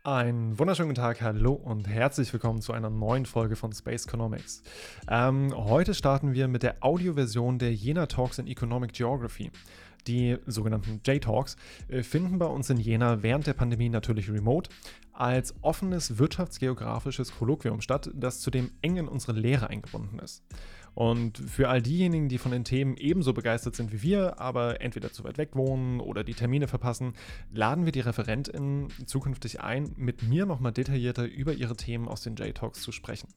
Einen wunderschönen guten Tag, hallo und herzlich willkommen zu einer neuen Folge von Space Economics. Heute starten wir mit der Audioversion der Jena Talks in Economic Geography. Die sogenannten J-Talks finden bei uns in Jena während der Pandemie natürlich remote als offenes wirtschaftsgeografisches Kolloquium statt, das zudem eng in unsere Lehre eingebunden ist. Und für all diejenigen, die von den Themen ebenso begeistert sind wie wir, aber entweder zu weit weg wohnen oder die Termine verpassen, laden wir die ReferentInnen zukünftig ein, mit mir nochmal detaillierter über ihre Themen aus den J-Talks zu sprechen.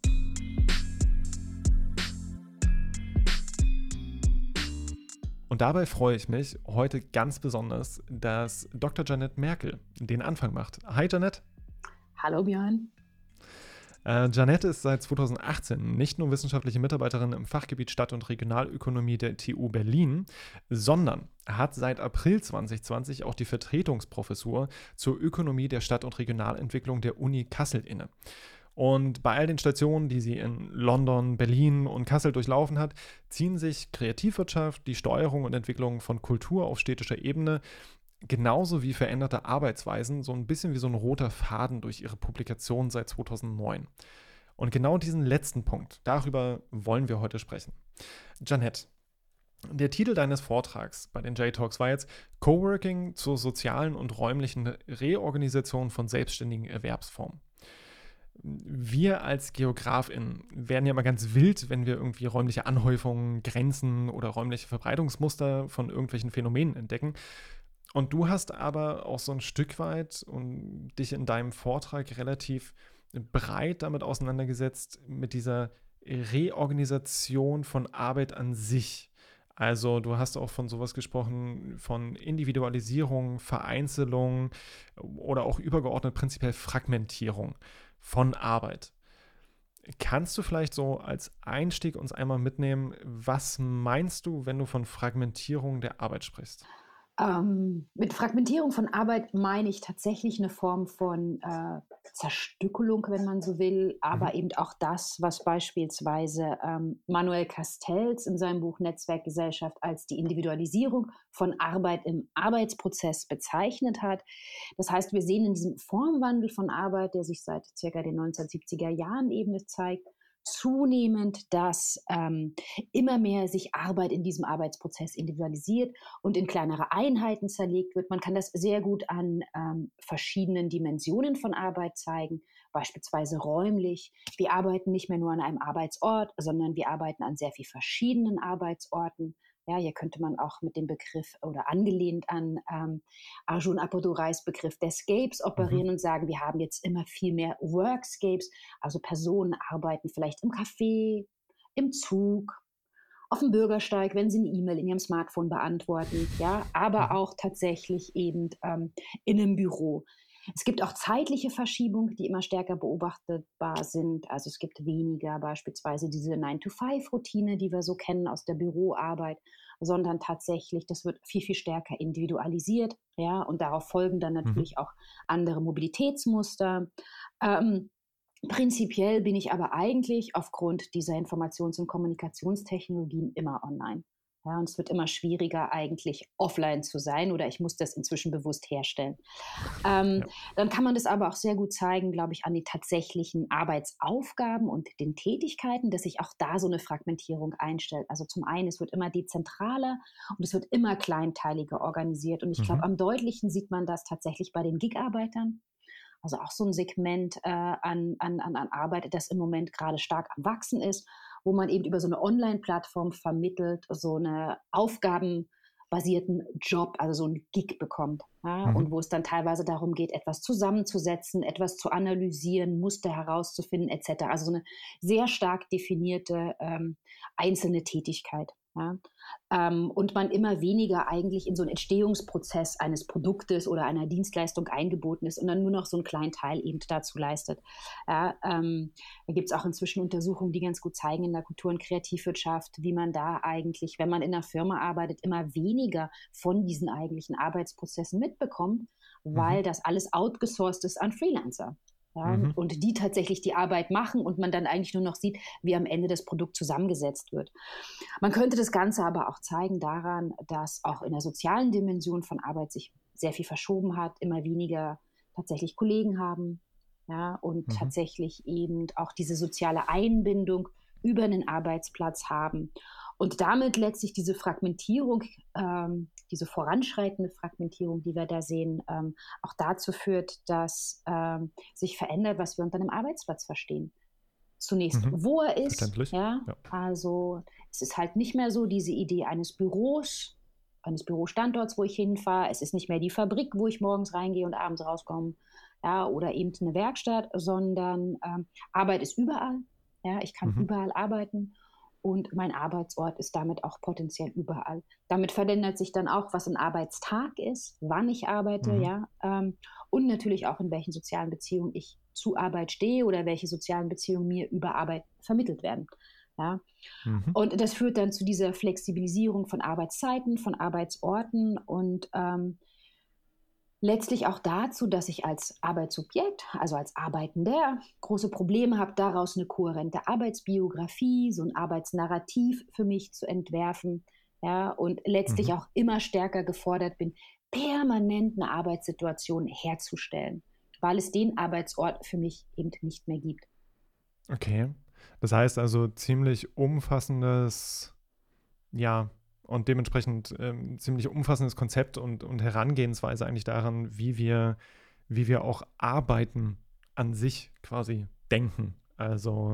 Und dabei freue ich mich heute ganz besonders, dass Dr. Jeanette Merkel den Anfang macht. Hi Jeanette. Hallo Björn. Jeanette ist seit 2018 nicht nur wissenschaftliche Mitarbeiterin im Fachgebiet Stadt- und Regionalökonomie der TU Berlin, sondern hat seit April 2020 auch die Vertretungsprofessur zur Ökonomie der Stadt- und Regionalentwicklung der Uni Kassel inne. Und bei all den Stationen, die sie in London, Berlin und Kassel durchlaufen hat, ziehen sich Kreativwirtschaft, die Steuerung und Entwicklung von Kultur auf städtischer Ebene, genauso wie veränderte Arbeitsweisen, so ein bisschen wie so ein roter Faden durch ihre Publikation seit 2009. Und genau diesen letzten Punkt, darüber wollen wir heute sprechen. Jeanette, der Titel deines Vortrags bei den J-Talks war jetzt Coworking zur sozialen und räumlichen Reorganisation von selbstständigen Erwerbsformen. Wir als GeografInnen werden ja immer ganz wild, wenn wir irgendwie räumliche Anhäufungen, Grenzen oder räumliche Verbreitungsmuster von irgendwelchen Phänomenen entdecken. Und du hast aber auch so ein Stück weit und dich in deinem Vortrag relativ breit damit auseinandergesetzt, mit dieser Reorganisation von Arbeit an sich. Also du hast auch von sowas gesprochen, von Individualisierung, Vereinzelung oder auch übergeordnet prinzipiell Fragmentierung von Arbeit. Kannst du vielleicht so als Einstieg uns einmal mitnehmen, was meinst du, wenn du von Fragmentierung der Arbeit sprichst? Mit Fragmentierung von Arbeit meine ich tatsächlich eine Form von Zerstückelung, wenn man so will, aber eben auch das, was beispielsweise Manuel Castells in seinem Buch Netzwerkgesellschaft als die Individualisierung von Arbeit im Arbeitsprozess bezeichnet hat. Das heißt, wir sehen in diesem Formwandel von Arbeit, der sich seit circa den 1970er Jahren eben zeigt, zunehmend, dass immer mehr sich Arbeit in diesem Arbeitsprozess individualisiert und in kleinere Einheiten zerlegt wird. Man kann das sehr gut an verschiedenen Dimensionen von Arbeit zeigen, beispielsweise räumlich. Wir arbeiten nicht mehr nur an einem Arbeitsort, sondern wir arbeiten an sehr vielen verschiedenen Arbeitsorten. Ja, hier könnte man auch mit dem Begriff oder angelehnt an Arjun Apodurai's Begriff der Scapes operieren und sagen, wir haben jetzt immer viel mehr Workscapes, also Personen arbeiten vielleicht im Café, im Zug, auf dem Bürgersteig, wenn sie eine E-Mail in ihrem Smartphone beantworten, ja, aber auch tatsächlich eben in einem Büro. Es gibt auch zeitliche Verschiebungen, die immer stärker beobachtbar sind. Also es gibt weniger beispielsweise diese 9-to-5-Routine, die wir so kennen aus der Büroarbeit, sondern tatsächlich, das wird viel, viel stärker individualisiert. Ja, und darauf folgen dann natürlich auch andere Mobilitätsmuster. Ähm, Prinzipiell bin ich aber eigentlich aufgrund dieser Informations- und Kommunikationstechnologien immer online. Ja, und es wird immer schwieriger, eigentlich offline zu sein, oder ich muss das inzwischen bewusst herstellen. Ähm, Ja. Dann kann man das aber auch sehr gut zeigen, glaube ich, an den tatsächlichen Arbeitsaufgaben und den Tätigkeiten, dass sich auch da so eine Fragmentierung einstellt. Also zum einen, es wird immer dezentraler und es wird immer kleinteiliger organisiert. Und ich glaube, am deutlichen sieht man das tatsächlich bei den Gig-Arbeitern. Also auch so ein Segment an Arbeit, das im Moment gerade stark am Wachsen ist, wo man eben über so eine Online-Plattform vermittelt, so eine aufgabenbasierten Job, also so ein Gig bekommt. Ja? Und wo es dann teilweise darum geht, etwas zusammenzusetzen, etwas zu analysieren, Muster herauszufinden, etc. Also so eine sehr stark definierte einzelne Tätigkeit. Ja? Und man immer weniger eigentlich in so einen Entstehungsprozess eines Produktes oder einer Dienstleistung eingebunden ist und dann nur noch so einen kleinen Teil eben dazu leistet. Ja, da gibt es auch inzwischen Untersuchungen, die ganz gut zeigen in der Kultur- und Kreativwirtschaft, wie man da eigentlich, wenn man in einer Firma arbeitet, immer weniger von diesen eigentlichen Arbeitsprozessen mitbekommt, weil das alles outgesourced ist an Freelancer. Ja, und die tatsächlich die Arbeit machen und man dann eigentlich nur noch sieht, wie am Ende das Produkt zusammengesetzt wird. Man könnte das Ganze aber auch zeigen daran, dass auch in der sozialen Dimension von Arbeit sich sehr viel verschoben hat, immer weniger tatsächlich Kollegen haben, ja, und Mhm. tatsächlich eben auch diese soziale Einbindung über einen Arbeitsplatz haben. Und damit letztlich diese Fragmentierung, diese voranschreitende Fragmentierung, die wir da sehen, auch dazu führt, dass sich verändert, was wir unter einem Arbeitsplatz verstehen. Zunächst, Mhm. wo er ist, Verständlich. ja. Ja. Also, es ist halt nicht mehr so diese Idee eines Büros, eines Bürostandorts, wo ich hinfahre. Es ist nicht mehr die Fabrik, wo ich morgens reingehe und abends rauskomme, ja, oder eben eine Werkstatt, sondern, Arbeit ist überall. Ja, ich kann Mhm. überall arbeiten und mein Arbeitsort ist damit auch potenziell überall. Damit verändert sich dann auch, was ein Arbeitstag ist, wann ich arbeite, Mhm. ja, und natürlich auch, in welchen sozialen Beziehungen ich zu Arbeit stehe oder welche sozialen Beziehungen mir über Arbeit vermittelt werden. Ja. Mhm. Und das führt dann zu dieser Flexibilisierung von Arbeitszeiten, von Arbeitsorten und letztlich auch dazu, dass ich als Arbeitssubjekt, also als Arbeitender, große Probleme habe, daraus eine kohärente Arbeitsbiografie, so ein Arbeitsnarrativ für mich zu entwerfen, ja, und letztlich Mhm. auch immer stärker gefordert bin, permanent eine Arbeitssituation herzustellen, weil es den Arbeitsort für mich eben nicht mehr gibt. Okay. Das heißt also ziemlich umfassendes, ja, und dementsprechend ziemlich umfassendes Konzept und Herangehensweise eigentlich daran, wie wir auch Arbeiten an sich quasi denken. Also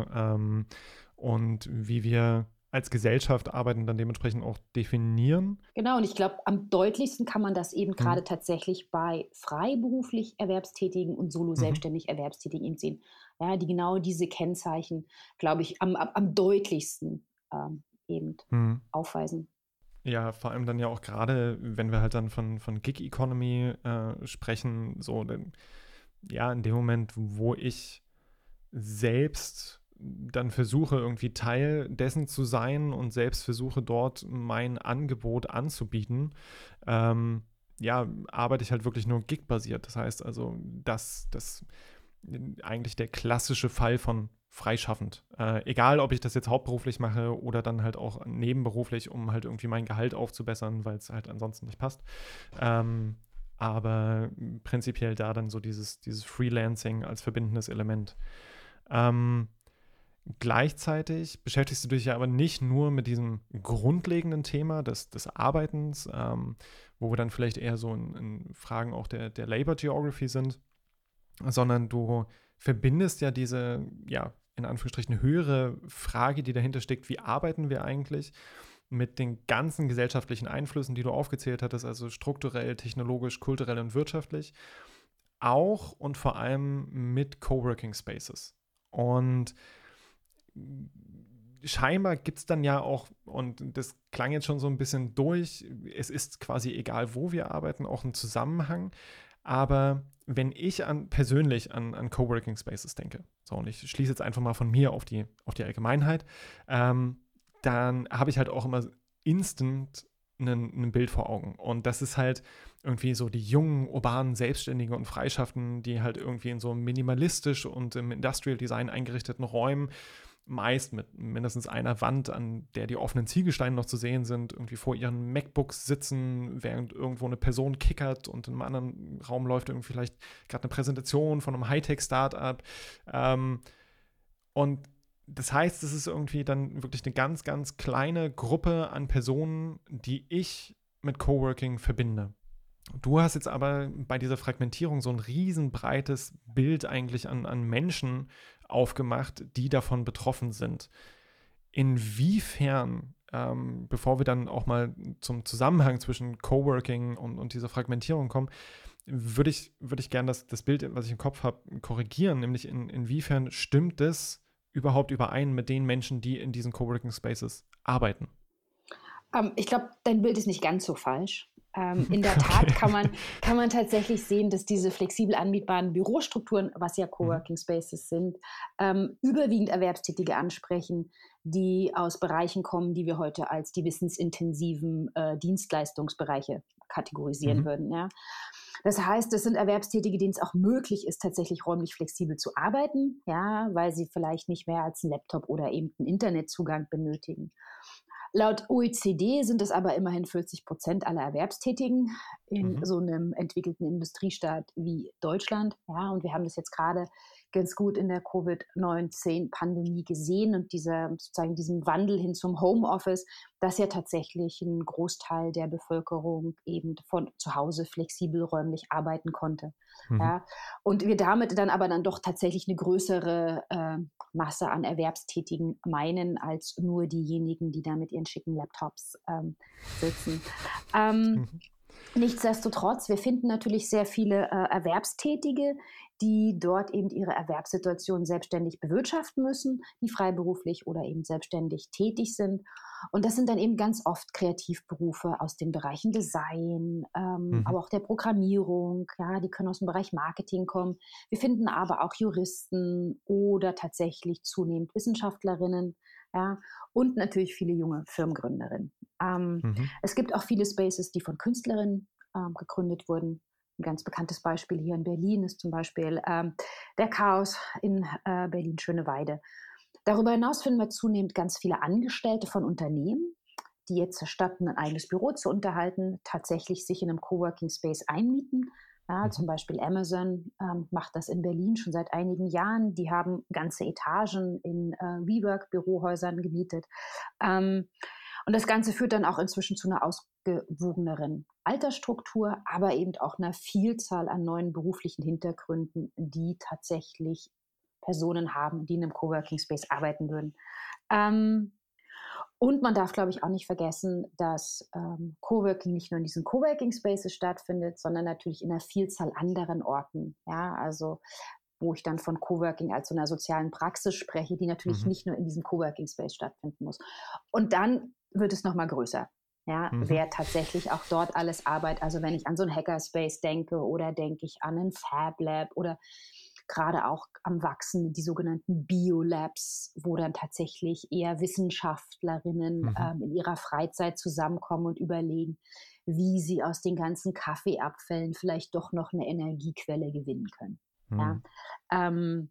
und wie wir als Gesellschaft Arbeiten dann dementsprechend auch definieren. Genau, und ich glaube, am deutlichsten kann man das eben Mhm. gerade tatsächlich bei freiberuflich Erwerbstätigen und solo Mhm. selbstständig Erwerbstätigen eben sehen. Ja, die genau diese Kennzeichen, glaube ich, am deutlichsten eben Mhm. aufweisen. Ja, vor allem dann ja auch gerade, wenn wir halt dann von Gig Economy sprechen, so, ja, in dem Moment, wo ich selbst dann versuche, irgendwie Teil dessen zu sein und selbst versuche, dort mein Angebot anzubieten, ähm, ja, arbeite ich halt wirklich nur Gig-basiert. Das heißt also, das eigentlich der klassische Fall von freischaffend. Egal, ob ich das jetzt hauptberuflich mache oder dann halt auch nebenberuflich, um halt irgendwie mein Gehalt aufzubessern, weil es halt ansonsten nicht passt. Ähm, aber prinzipiell da dann so dieses Freelancing als verbindendes Element. Ähm, Gleichzeitig beschäftigst du dich ja aber nicht nur mit diesem grundlegenden Thema des Arbeitens, wo wir dann vielleicht eher so in Fragen auch der Labor Geography sind, sondern du verbindest ja diese, ja, in Anführungsstrichen höhere Frage, die dahinter steckt, wie arbeiten wir eigentlich, mit den ganzen gesellschaftlichen Einflüssen, die du aufgezählt hattest, also strukturell, technologisch, kulturell und wirtschaftlich, auch und vor allem mit Coworking Spaces. Und scheinbar gibt es dann ja auch, und das klang jetzt schon so ein bisschen durch, es ist quasi egal, wo wir arbeiten, auch ein Zusammenhang. Aber wenn ich persönlich an Coworking Spaces denke, so, und ich schließe jetzt einfach mal von mir auf die Allgemeinheit, ähm, dann habe ich halt auch immer instant ein Bild vor Augen. Und das ist halt irgendwie so die jungen, urbanen Selbstständigen und Freischaffenden, die halt irgendwie in so minimalistisch und im Industrial Design eingerichteten Räumen, meist mit mindestens einer Wand, an der die offenen Ziegelsteine noch zu sehen sind, irgendwie vor ihren MacBooks sitzen, während irgendwo eine Person kickert und in einem anderen Raum läuft irgendwie vielleicht gerade eine Präsentation von einem Hightech-Startup. Und das heißt, es ist irgendwie dann wirklich eine ganz, ganz kleine Gruppe an Personen, die ich mit Coworking verbinde. Du hast jetzt aber bei dieser Fragmentierung so ein riesenbreites Bild eigentlich an Menschen aufgemacht, die davon betroffen sind. Inwiefern, bevor wir dann auch mal zum Zusammenhang zwischen Coworking und dieser Fragmentierung kommen, würde ich gerne das Bild, was ich im Kopf habe, korrigieren, nämlich inwiefern stimmt es überhaupt überein mit den Menschen, die in diesen Coworking Spaces arbeiten? Ich glaube, dein Bild ist nicht ganz so falsch. In der Tat Okay. kann man tatsächlich sehen, dass diese flexibel anbietbaren Bürostrukturen, was ja Mhm. Coworking Spaces sind, überwiegend Erwerbstätige ansprechen, die aus Bereichen kommen, die wir heute als die wissensintensiven Dienstleistungsbereiche kategorisieren Mhm. würden. Ja. Das heißt, es sind Erwerbstätige, denen es auch möglich ist, tatsächlich räumlich flexibel zu arbeiten, ja, weil sie vielleicht nicht mehr als einen Laptop oder eben einen Internetzugang benötigen. Laut OECD sind es aber immerhin 40% aller Erwerbstätigen in so einem entwickelten Industriestaat wie Deutschland. Ja, und wir haben das jetzt gerade ganz gut in der Covid-19-Pandemie gesehen und diesem Wandel hin zum Homeoffice, dass ja tatsächlich ein Großteil der Bevölkerung eben von zu Hause flexibel räumlich arbeiten konnte. Mhm. Ja, und wir damit dann doch tatsächlich eine größere Masse an Erwerbstätigen meinen, als nur diejenigen, die da mit ihren schicken Laptops sitzen. Mhm. Nichtsdestotrotz, wir finden natürlich sehr viele Erwerbstätige, die dort eben ihre Erwerbssituation selbstständig bewirtschaften müssen, die freiberuflich oder eben selbstständig tätig sind. Und das sind dann eben ganz oft Kreativberufe aus den Bereichen Design, Mhm. aber auch der Programmierung. Ja, die können aus dem Bereich Marketing kommen. Wir finden aber auch Juristen oder tatsächlich zunehmend Wissenschaftlerinnen. Ja, und natürlich viele junge Firmengründerinnen. Mhm. Es gibt auch viele Spaces, die von Künstlerinnen gegründet wurden. Ein ganz bekanntes Beispiel hier in Berlin ist zum Beispiel der Chaos in Berlin-Schöneweide. Darüber hinaus finden wir zunehmend ganz viele Angestellte von Unternehmen, die jetzt statt ein eigenes Büro zu unterhalten, tatsächlich sich in einem Coworking Space einmieten. Ja, Mhm. zum Beispiel Amazon macht das in Berlin schon seit einigen Jahren. Die haben ganze Etagen in WeWork-Bürohäusern gemietet. Ähm, und das Ganze führt dann auch inzwischen zu einer ausgewogeneren Altersstruktur, aber eben auch einer Vielzahl an neuen beruflichen Hintergründen, die tatsächlich Personen haben, die in einem Coworking Space arbeiten würden. Ähm, und man darf, glaube ich, auch nicht vergessen, dass Coworking nicht nur in diesen Coworking Spaces stattfindet, sondern natürlich in einer Vielzahl anderen Orten. Ja, also wo ich dann von Coworking als so einer sozialen Praxis spreche, die natürlich Mhm. nicht nur in diesem Coworking Space stattfinden muss. Und dann wird es nochmal größer. Ja, Mhm. wer tatsächlich auch dort alles arbeitet. Also wenn ich an so einen Hackerspace denke oder denke ich an einen Fab Lab oder gerade auch am Wachsen die sogenannten Biolabs, wo dann tatsächlich eher Wissenschaftlerinnen Mhm. in ihrer Freizeit zusammenkommen und überlegen, wie sie aus den ganzen Kaffeeabfällen vielleicht doch noch eine Energiequelle gewinnen können. Ja? Mhm. Ähm,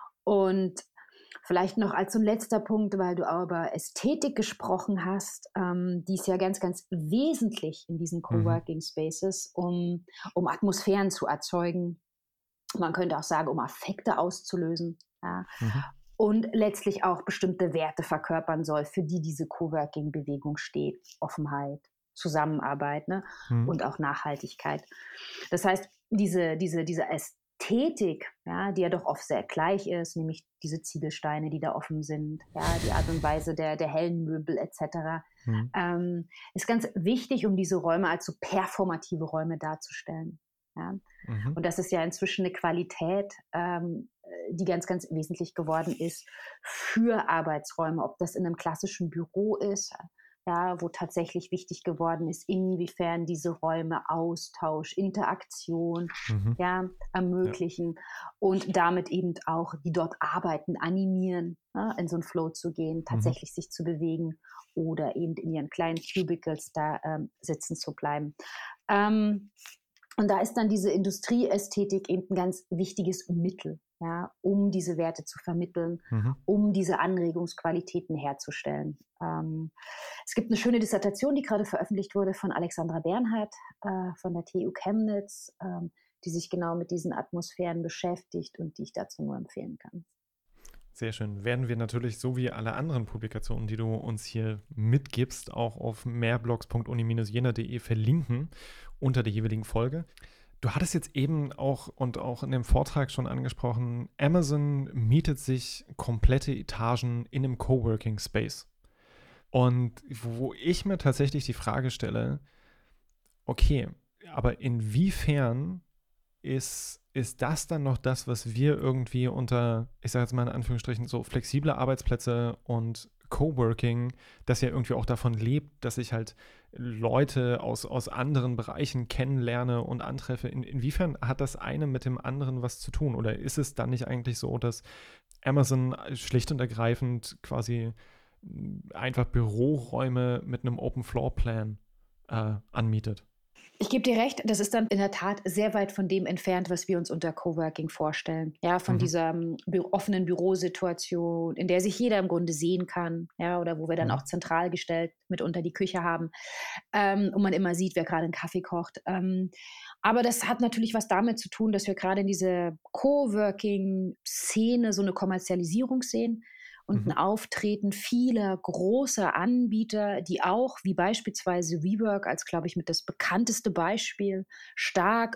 und vielleicht noch als so ein letzter Punkt, weil du auch über Ästhetik gesprochen hast, die ist ja ganz, ganz wesentlich in diesen Mhm. Coworking Spaces, um Atmosphären zu erzeugen. Man könnte auch sagen, um Affekte auszulösen. Ja. Mhm. Und letztlich auch bestimmte Werte verkörpern soll, für die diese Coworking-Bewegung steht. Offenheit, Zusammenarbeit, ne? Mhm. Und auch Nachhaltigkeit. Das heißt, diese Ästhetik, ja, die ja doch oft sehr gleich ist, nämlich diese Ziegelsteine, die da offen sind, ja, die Art und Weise der hellen Möbel etc., Mhm. ist ganz wichtig, um diese Räume als so performative Räume darzustellen. Ja. Mhm. Und das ist ja inzwischen eine Qualität, die ganz, ganz wesentlich geworden ist für Arbeitsräume, ob das in einem klassischen Büro ist, ja, wo tatsächlich wichtig geworden ist, inwiefern diese Räume Austausch, Interaktion, Mhm. ja, Ja. ermöglichen und damit eben auch die dort arbeiten, animieren, ne, in so einen Flow zu gehen, Mhm. tatsächlich sich zu bewegen oder eben in ihren kleinen Cubicles da sitzen zu bleiben. Ähm, und da ist dann diese Industrieästhetik eben ein ganz wichtiges Mittel, ja, um diese Werte zu vermitteln, Mhm. um diese Anregungsqualitäten herzustellen. Es gibt eine schöne Dissertation, die gerade veröffentlicht wurde von Alexandra Bernhardt von der TU Chemnitz, die sich genau mit diesen Atmosphären beschäftigt und die ich dazu nur empfehlen kann. Sehr schön. Werden wir natürlich, so wie alle anderen Publikationen, die du uns hier mitgibst, auch auf mehrblogs.uni-jena.de verlinken unter der jeweiligen Folge. Du hattest jetzt eben auch und auch in dem Vortrag schon angesprochen, Amazon mietet sich komplette Etagen in einem Coworking Space. Und wo ich mir tatsächlich die Frage stelle, okay, aber inwiefern ist das dann noch das, was wir irgendwie unter, ich sage jetzt mal in Anführungsstrichen, so flexible Arbeitsplätze und Coworking, das ja irgendwie auch davon lebt, dass ich halt Leute aus anderen Bereichen kennenlerne und antreffe. Inwiefern hat das eine mit dem anderen was zu tun? Oder ist es dann nicht eigentlich so, dass Amazon schlicht und ergreifend quasi einfach Büroräume mit einem Open Floor Plan anmietet? Ich gebe dir recht, das ist dann in der Tat sehr weit von dem entfernt, was wir uns unter Coworking vorstellen. Ja, von Mhm. dieser offenen Bürosituation, in der sich jeder im Grunde sehen kann, ja, oder wo wir dann auch Mhm. zentral gestellt mitunter die Küche haben, und man immer sieht, wer gerade einen Kaffee kocht. Aber das hat natürlich was damit zu tun, dass wir gerade in dieser Coworking-Szene so eine Kommerzialisierung sehen und ein Mhm. Auftreten vieler großer Anbieter, die auch, wie beispielsweise WeWork als, glaube ich, mit das bekannteste Beispiel, stark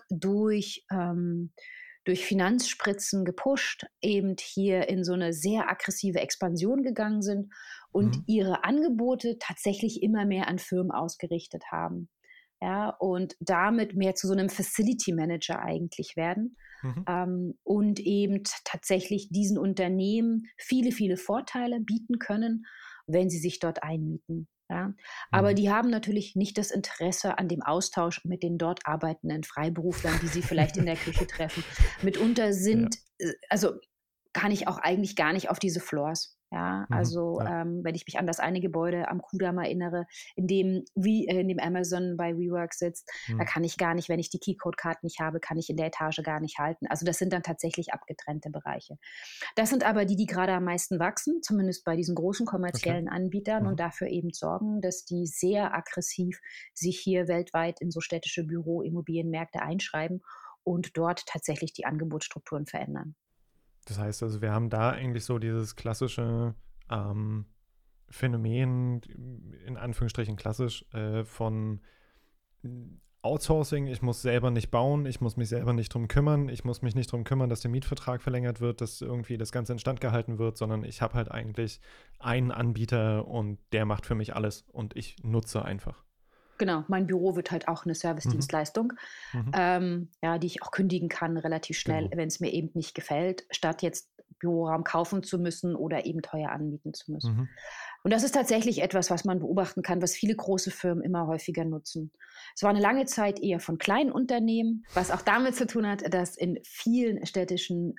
durch Finanzspritzen gepusht, eben hier in so eine sehr aggressive Expansion gegangen sind und Mhm. ihre Angebote tatsächlich immer mehr an Firmen ausgerichtet haben. Ja, und damit mehr zu so einem Facility Manager eigentlich werden, Mhm. und eben tatsächlich diesen Unternehmen viele, viele Vorteile bieten können, wenn sie sich dort einmieten. Ja. Aber Mhm. die haben natürlich nicht das Interesse an dem Austausch mit den dort arbeitenden Freiberuflern, die sie vielleicht in der Küche treffen. Mitunter Ja. sind, also kann ich auch eigentlich gar nicht auf diese Floors. Ja, Mhm. also Ja. wenn ich mich an das eine Gebäude am Kudamm erinnere, in dem Amazon bei WeWork sitzt, da Mhm. kann ich gar nicht, wenn ich die Keycode-Card nicht habe, kann ich in der Etage gar nicht halten. Also das sind dann tatsächlich abgetrennte Bereiche. Das sind aber die, die gerade am meisten wachsen, zumindest bei diesen großen Okay. kommerziellen Anbietern und Mhm. dafür eben sorgen, dass die sehr aggressiv sich hier weltweit in so städtische Büroimmobilienmärkte einschreiben und dort tatsächlich die Angebotsstrukturen verändern. Das heißt also, wir haben da eigentlich so dieses klassische ähm, Phänomen, in Anführungsstrichen klassisch, von Outsourcing. Ich muss selber nicht bauen, ich muss mich selber nicht drum kümmern, ich muss mich nicht drum kümmern, dass der Mietvertrag verlängert wird, dass irgendwie das Ganze instand gehalten wird, sondern ich habe halt eigentlich einen Anbieter und der macht für mich alles und ich nutze einfach. Genau, mein Büro wird halt auch eine Mhm. Servicedienstleistung, Mhm. ja, die ich auch kündigen kann relativ schnell, Genau. wenn es mir eben nicht gefällt, statt jetzt Büroraum kaufen zu müssen oder eben teuer anmieten zu müssen. Mhm. Und das ist tatsächlich etwas, was man beobachten kann, was viele große Firmen immer häufiger nutzen. Es war eine lange Zeit eher von kleinen Unternehmen, was auch damit zu tun hat, dass in vielen städtischen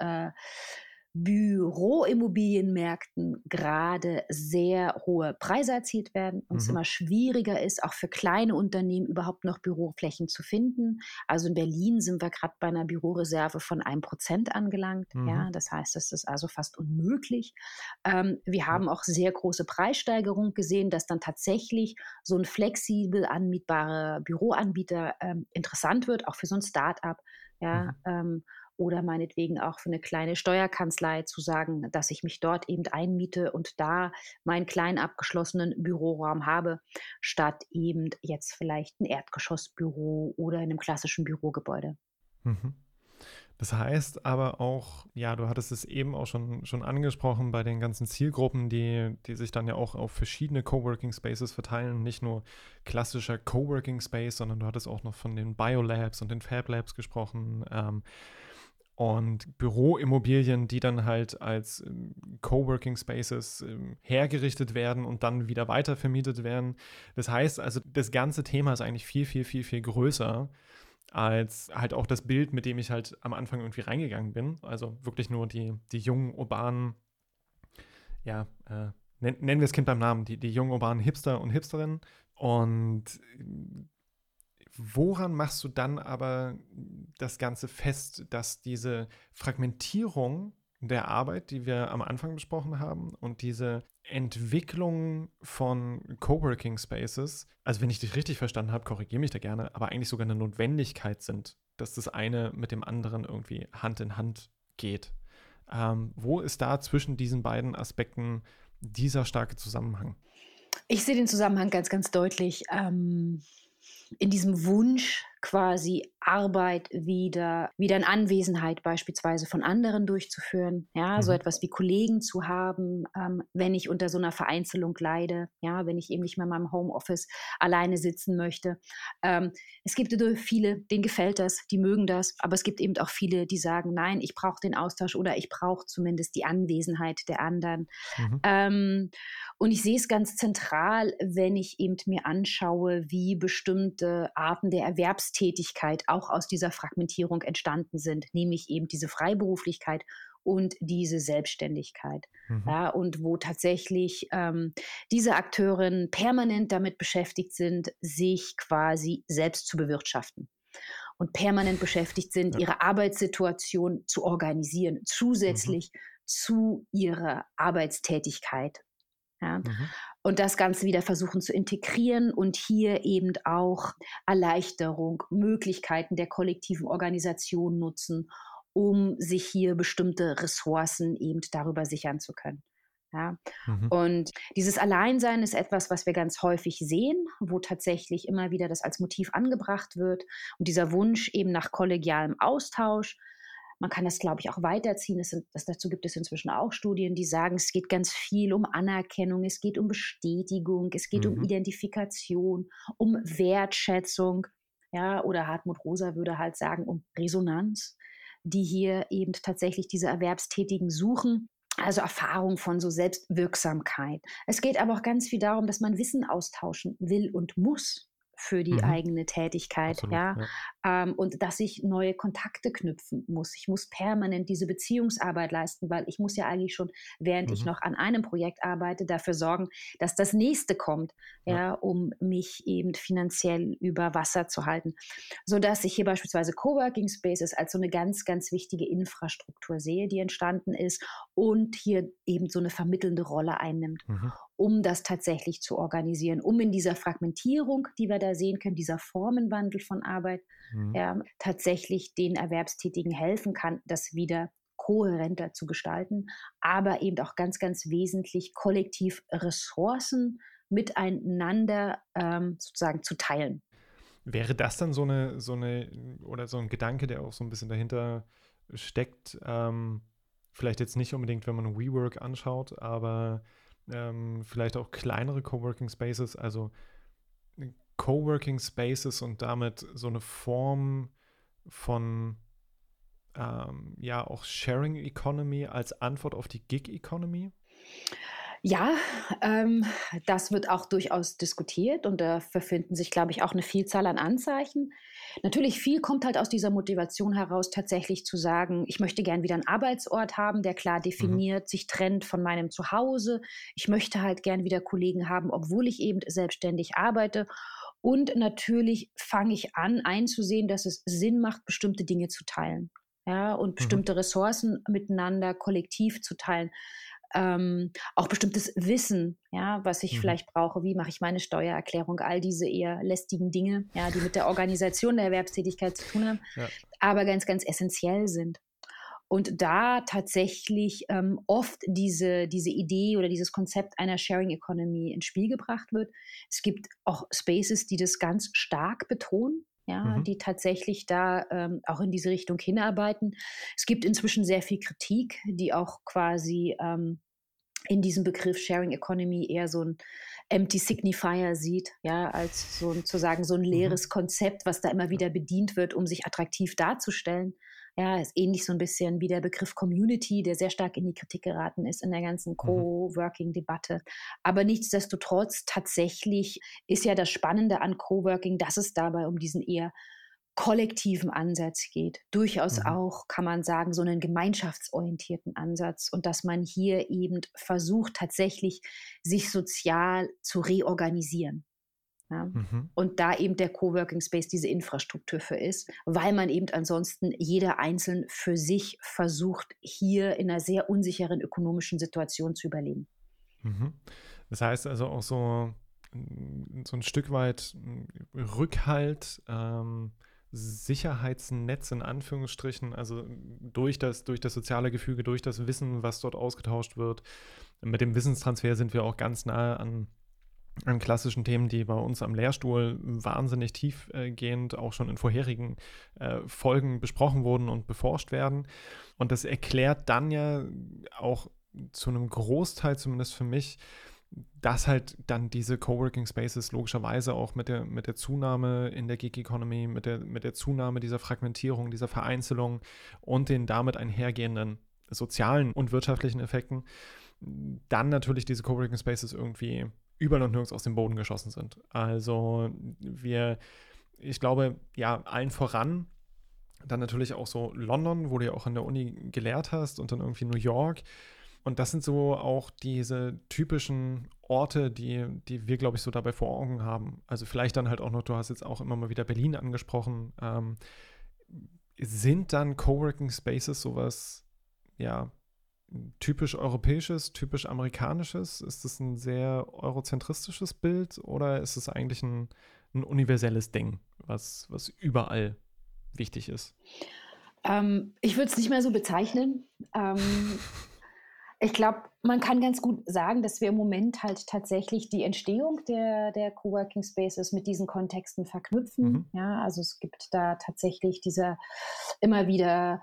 Büroimmobilienmärkten gerade sehr hohe Preise erzielt werden und es Mhm. immer schwieriger ist, auch für kleine Unternehmen überhaupt noch Büroflächen zu finden. Also in Berlin sind wir gerade bei einer Büroreserve von 1% angelangt. Mhm. Ja, das heißt, es ist also fast unmöglich. Wir Ja. haben auch sehr große Preissteigerung gesehen, dass dann tatsächlich so ein flexibel anmietbarer Büroanbieter interessant wird, auch für so ein Start-up. Ja, Mhm. oder meinetwegen auch für eine kleine Steuerkanzlei zu sagen, dass ich mich dort eben einmiete und da meinen kleinen abgeschlossenen Büroraum habe, statt eben jetzt vielleicht ein Erdgeschossbüro oder in einem klassischen Bürogebäude. Mhm. Das heißt aber auch, ja, du hattest es eben auch schon angesprochen bei den ganzen Zielgruppen, die sich dann ja auch auf verschiedene Coworking Spaces verteilen. Nicht nur klassischer Coworking Space, sondern du hattest auch noch von den Biolabs und den Fab Labs gesprochen. Und Büroimmobilien, die dann halt als Coworking Spaces hergerichtet werden und dann wieder weiter vermietet werden. Das heißt also, das ganze Thema ist eigentlich viel, viel, viel, viel größer als halt auch das Bild, mit dem ich halt am Anfang irgendwie reingegangen bin. Also wirklich nur die jungen, urbanen, ja, nennen wir das Kind beim Namen, die jungen, urbanen Hipster und Hipsterinnen. Und woran machst du dann aber das Ganze fest, dass diese Fragmentierung der Arbeit, die wir am Anfang besprochen haben, und diese Entwicklung von Coworking Spaces, also wenn ich dich richtig verstanden habe, korrigiere mich da gerne, aber eigentlich sogar eine Notwendigkeit sind, dass das eine mit dem anderen irgendwie Hand in Hand geht. Wo ist da zwischen diesen beiden Aspekten dieser starke Zusammenhang? Ich sehe den Zusammenhang ganz, ganz deutlich, in diesem Wunsch, quasi Arbeit wieder in Anwesenheit beispielsweise von anderen durchzuführen, ja, so Mhm. etwas wie Kollegen zu haben, wenn ich unter so einer Vereinzelung leide, ja, wenn ich eben nicht mehr in meinem Homeoffice alleine sitzen möchte. Es gibt viele, denen gefällt das, die mögen das, aber es gibt eben auch viele, die sagen: „Nein, ich brauche den Austausch oder ich brauche zumindest die Anwesenheit der anderen.“ Mhm. ähm, und ich sehe es ganz zentral, wenn ich eben mir anschaue, wie bestimmte Arten der Erwerbstätigkeit auch aus dieser Fragmentierung entstanden sind, nämlich eben diese Freiberuflichkeit und diese Selbstständigkeit. Mhm. Ja, und wo tatsächlich diese Akteurinnen permanent damit beschäftigt sind, sich quasi selbst zu bewirtschaften und permanent beschäftigt sind, Ja. ihre Arbeitssituation zu organisieren, Mhm. zusätzlich zu ihrer Arbeitstätigkeit. Ja. Mhm. Und das Ganze wieder versuchen zu integrieren und hier eben auch Erleichterung, Möglichkeiten der kollektiven Organisation nutzen, um sich hier bestimmte Ressourcen eben darüber sichern zu können. Ja. Mhm. Und dieses Alleinsein ist etwas, was wir ganz häufig sehen, wo tatsächlich immer wieder das als Motiv angebracht wird. Und dieser Wunsch eben nach kollegialem Austausch. Man kann das, glaube ich, auch weiterziehen. Dazu gibt es inzwischen auch Studien, die sagen, es geht ganz viel um Anerkennung, es geht um Bestätigung, es geht um Mhm. Identifikation, um Wertschätzung. Ja, oder Hartmut Rosa würde halt sagen, um Resonanz, die hier eben tatsächlich diese Erwerbstätigen suchen. Also Erfahrung von so Selbstwirksamkeit. Es geht aber auch ganz viel darum, dass man Wissen austauschen will und muss für die Mhm. eigene Tätigkeit, Absolut, ja, ja. und dass ich neue Kontakte knüpfen muss. Ich muss permanent diese Beziehungsarbeit leisten, weil ich muss ja eigentlich schon, während ich Mhm. noch an einem Projekt arbeite, dafür sorgen, dass das nächste kommt, Ja. ja, um mich eben finanziell über Wasser zu halten. Sodass ich hier beispielsweise Coworking Spaces als so eine ganz, ganz wichtige Infrastruktur sehe, die entstanden ist und hier eben so eine vermittelnde Rolle einnimmt, Mhm. um das tatsächlich zu organisieren, um in dieser Fragmentierung, die wir da sehen können, dieser Formenwandel von Arbeit, Mhm. ja, tatsächlich den Erwerbstätigen helfen kann, das wieder kohärenter zu gestalten, aber eben auch ganz, ganz wesentlich kollektiv Ressourcen miteinander sozusagen zu teilen. Wäre das dann so eine oder so ein Gedanke, der auch so ein bisschen dahinter steckt, vielleicht jetzt nicht unbedingt, wenn man WeWork anschaut, aber vielleicht auch kleinere Coworking Spaces, also Coworking Spaces und damit so eine Form von ja auch Sharing Economy als Antwort auf die Gig Economy? Ja, ähm, das wird auch durchaus diskutiert und da verfinden sich, glaube ich, auch eine Vielzahl an Anzeichen. Natürlich viel kommt halt aus dieser Motivation heraus, tatsächlich zu sagen: „Ich möchte gern wieder einen Arbeitsort haben, der klar Mhm. definiert sich trennt von meinem Zuhause. Ich möchte halt gern wieder Kollegen haben, obwohl ich eben selbstständig arbeite.“ Und natürlich fange ich an, einzusehen, dass es Sinn macht, bestimmte Dinge zu teilen, ja, und Mhm. bestimmte Ressourcen miteinander kollektiv zu teilen. Auch bestimmtes Wissen, ja, was ich Mhm. vielleicht brauche. Wie mache ich meine Steuererklärung? All diese eher lästigen Dinge, ja, die mit der Organisation der Erwerbstätigkeit zu tun haben, Ja. aber ganz, ganz essentiell sind. Und da tatsächlich oft diese Idee oder dieses Konzept einer Sharing Economy ins Spiel gebracht wird. Es gibt auch Spaces, die das ganz stark betonen, ja, Mhm. die tatsächlich da auch in diese Richtung hinarbeiten. Es gibt inzwischen sehr viel Kritik, die auch quasi in diesem Begriff Sharing Economy eher so ein Empty Signifier sieht, ja, als so 'n zu sagen, so ein Mhm. leeres Konzept, was da immer Ja. wieder bedient wird, um sich attraktiv darzustellen. Ja, ist ähnlich so ein bisschen wie der Begriff Community, der sehr stark in die Kritik geraten ist in der ganzen Mhm. Coworking-Debatte. Aber nichtsdestotrotz tatsächlich ist ja das Spannende an Coworking, dass es dabei um diesen eher kollektiven Ansatz geht. Durchaus Mhm. auch, kann man sagen, so einen gemeinschaftsorientierten Ansatz und dass man hier eben versucht, tatsächlich sich sozial zu reorganisieren. Ja? Mhm. Und da eben der Coworking Space diese Infrastruktur für ist, weil man eben ansonsten jeder einzeln für sich versucht, hier in einer sehr unsicheren ökonomischen Situation zu überleben. Mhm. Das heißt also auch so ein Stück weit Rückhalt, Sicherheitsnetz in Anführungsstrichen, also durch das soziale Gefüge, durch das Wissen, was dort ausgetauscht wird. Mit dem Wissenstransfer sind wir auch ganz nahe an klassischen Themen, die bei uns am Lehrstuhl wahnsinnig tiefgehend auch schon in vorherigen Folgen besprochen wurden und beforscht werden. Und das erklärt dann ja auch zu einem Großteil, zumindest für mich, dass halt dann diese Coworking Spaces logischerweise auch mit der Zunahme in der Gig Economy, mit der Zunahme dieser Fragmentierung, dieser Vereinzelung und den damit einhergehenden sozialen und wirtschaftlichen Effekten, dann natürlich diese Coworking Spaces irgendwie überall und nirgends aus dem Boden geschossen sind. Also wir ich glaube, ja, allen voran dann natürlich auch so London, wo du ja auch an der Uni gelehrt hast, und dann irgendwie New York. Und das sind so auch diese typischen Orte, die wir, glaube ich, so dabei vor Augen haben. Also vielleicht dann halt auch noch, du hast jetzt auch immer mal wieder Berlin angesprochen. Sind dann Coworking Spaces sowas, ja, typisch europäisches, typisch amerikanisches? Ist das ein sehr eurozentristisches Bild oder ist es eigentlich ein universelles Ding, was überall wichtig ist? Ich würde es nicht mehr so bezeichnen. Ich glaube, man kann ganz gut sagen, dass wir im Moment halt tatsächlich die Entstehung der Coworking Spaces mit diesen Kontexten Mhm. verknüpfen. Ja, also es gibt da tatsächlich diese immer wieder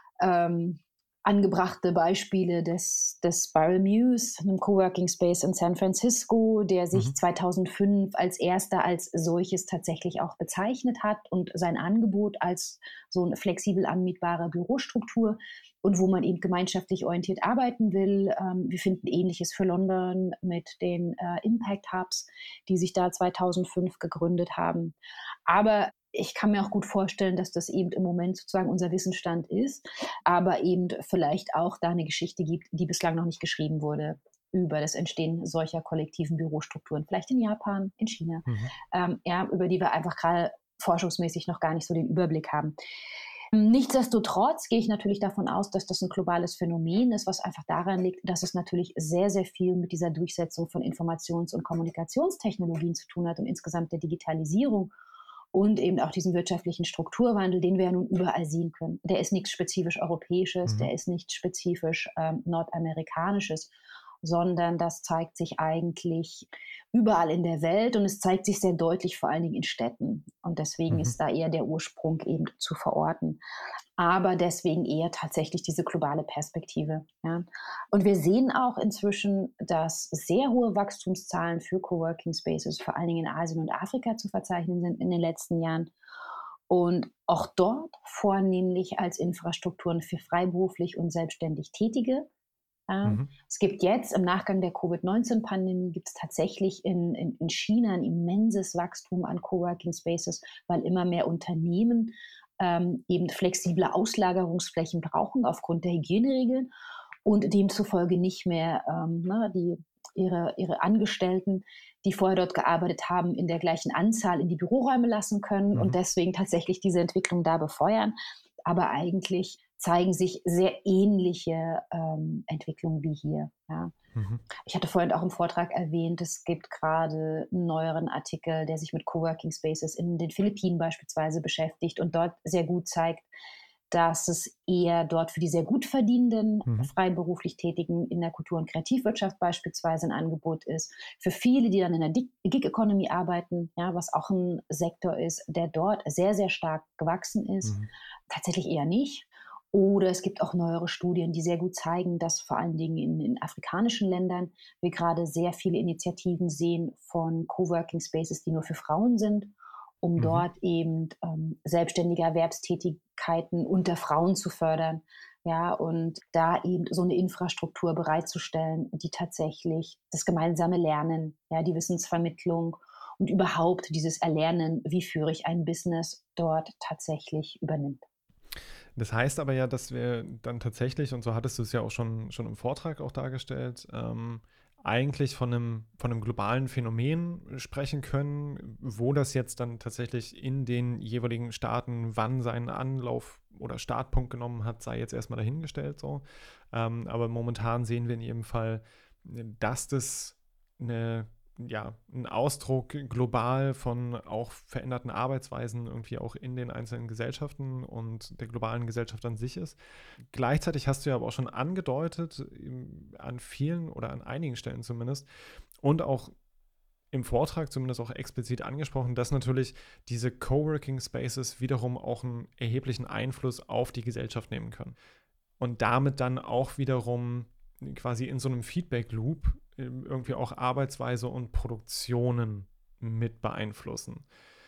ähm, angebrachte Beispiele des Spiral Muse, einem Coworking Space in San Francisco, der Mhm. sich 2005 als erster als solches tatsächlich auch bezeichnet hat und sein Angebot als so eine flexibel anmietbare Bürostruktur und wo man eben gemeinschaftlich orientiert arbeiten will. Wir finden Ähnliches für London mit den Impact Hubs, die sich da 2005 gegründet haben. Aber ich kann mir auch gut vorstellen, dass das eben im Moment sozusagen unser Wissensstand ist, aber eben vielleicht auch da eine Geschichte gibt, die bislang noch nicht geschrieben wurde über das Entstehen solcher kollektiven Bürostrukturen, vielleicht in Japan, in China, Mhm. ja, über die wir einfach gerade forschungsmäßig noch gar nicht so den Überblick haben. Nichtsdestotrotz gehe ich natürlich davon aus, dass das ein globales Phänomen ist, was einfach daran liegt, dass es natürlich sehr, sehr viel mit dieser Durchsetzung von Informations- und Kommunikationstechnologien zu tun hat und insgesamt der Digitalisierung und eben auch diesen wirtschaftlichen Strukturwandel, den wir ja nun überall sehen können. Der ist nichts spezifisch Europäisches, Mhm. der ist nichts spezifisch Nordamerikanisches, sondern das zeigt sich eigentlich überall in der Welt und es zeigt sich sehr deutlich vor allen Dingen in Städten. Und deswegen Mhm. ist da eher der Ursprung eben zu verorten, aber deswegen eher tatsächlich diese globale Perspektive. Ja. Und wir sehen auch inzwischen, dass sehr hohe Wachstumszahlen für Coworking Spaces, vor allen Dingen in Asien und Afrika, zu verzeichnen sind in den letzten Jahren. Und auch dort vornehmlich als Infrastrukturen für freiberuflich und selbstständig Tätige. Ja. Mhm. Es gibt jetzt im Nachgang der Covid-19-Pandemie gibt es tatsächlich in China ein immenses Wachstum an Coworking Spaces, weil immer mehr Unternehmen eben flexible Auslagerungsflächen brauchen aufgrund der Hygieneregeln und demzufolge nicht mehr ihre Angestellten, die vorher dort gearbeitet haben, in der gleichen Anzahl in die Büroräume lassen können und Mhm. deswegen tatsächlich diese Entwicklung da befeuern. Aber eigentlich zeigen sich sehr ähnliche Entwicklungen wie hier. Ja. Mhm. Ich hatte vorhin auch im Vortrag erwähnt, es gibt gerade einen neueren Artikel, der sich mit Coworking Spaces in den Philippinen beispielsweise beschäftigt und dort sehr gut zeigt, dass es eher dort für die sehr gut verdienenden, Mhm. freiberuflich Tätigen in der Kultur- und Kreativwirtschaft beispielsweise ein Angebot ist. Für viele, die dann in der Gig-Economy arbeiten, ja, was auch ein Sektor ist, der dort sehr, sehr stark gewachsen ist, Mhm. tatsächlich eher nicht. Oder es gibt auch neuere Studien, die sehr gut zeigen, dass vor allen Dingen in afrikanischen Ländern wir gerade sehr viele Initiativen sehen von Coworking Spaces, die nur für Frauen sind, um Mhm. dort eben selbstständige Erwerbstätigkeiten unter Frauen zu fördern. Ja, und da eben so eine Infrastruktur bereitzustellen, die tatsächlich das gemeinsame Lernen, ja, die Wissensvermittlung und überhaupt dieses Erlernen, wie führe ich ein Business dort tatsächlich übernimmt. Das heißt aber ja, dass wir dann tatsächlich, und so hattest du es ja auch schon im Vortrag auch dargestellt, eigentlich von einem globalen Phänomen sprechen können, wo das jetzt dann tatsächlich in den jeweiligen Staaten wann seinen Anlauf oder Startpunkt genommen hat, sei jetzt erstmal dahingestellt so. Aber momentan sehen wir in jedem Fall, dass das eine, ja, ein Ausdruck global von auch veränderten Arbeitsweisen irgendwie auch in den einzelnen Gesellschaften und der globalen Gesellschaft an sich ist. Gleichzeitig hast du ja aber auch schon angedeutet, an vielen oder an einigen Stellen zumindest und auch im Vortrag zumindest auch explizit angesprochen, dass natürlich diese Coworking Spaces wiederum auch einen erheblichen Einfluss auf die Gesellschaft nehmen können. Und damit dann auch wiederum quasi in so einem Feedback-Loop irgendwie auch Arbeitsweise und Produktionen mit beeinflussen.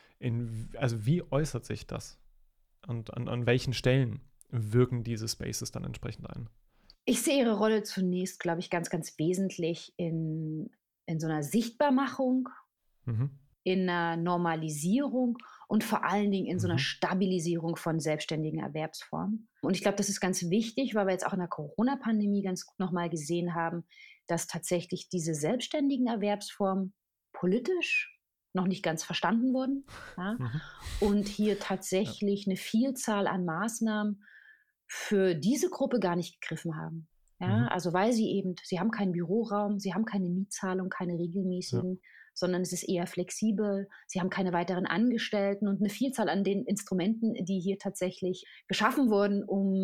Also wie äußert sich das? Und an welchen Stellen wirken diese Spaces dann entsprechend ein? Ich sehe ihre Rolle zunächst, glaube ich, ganz, ganz wesentlich in so einer Sichtbarmachung, Mhm. in einer Normalisierung und vor allen Dingen in so einer Mhm. Stabilisierung von selbstständigen Erwerbsformen. Und ich glaube, das ist ganz wichtig, weil wir jetzt auch in der Corona-Pandemie ganz gut noch mal gesehen haben, dass tatsächlich diese selbstständigen Erwerbsformen politisch noch nicht ganz verstanden wurden, ja, Mhm. und hier Ja. tatsächlich eine Vielzahl an Maßnahmen für diese Gruppe gar nicht gegriffen haben. Ja, Mhm. also weil sie haben keinen Büroraum, sie haben keine Mietzahlung, keine Ja. regelmäßigen, sondern es ist eher flexibel. Sie haben keine weiteren Angestellten und eine Vielzahl an den Instrumenten, die hier tatsächlich geschaffen wurden,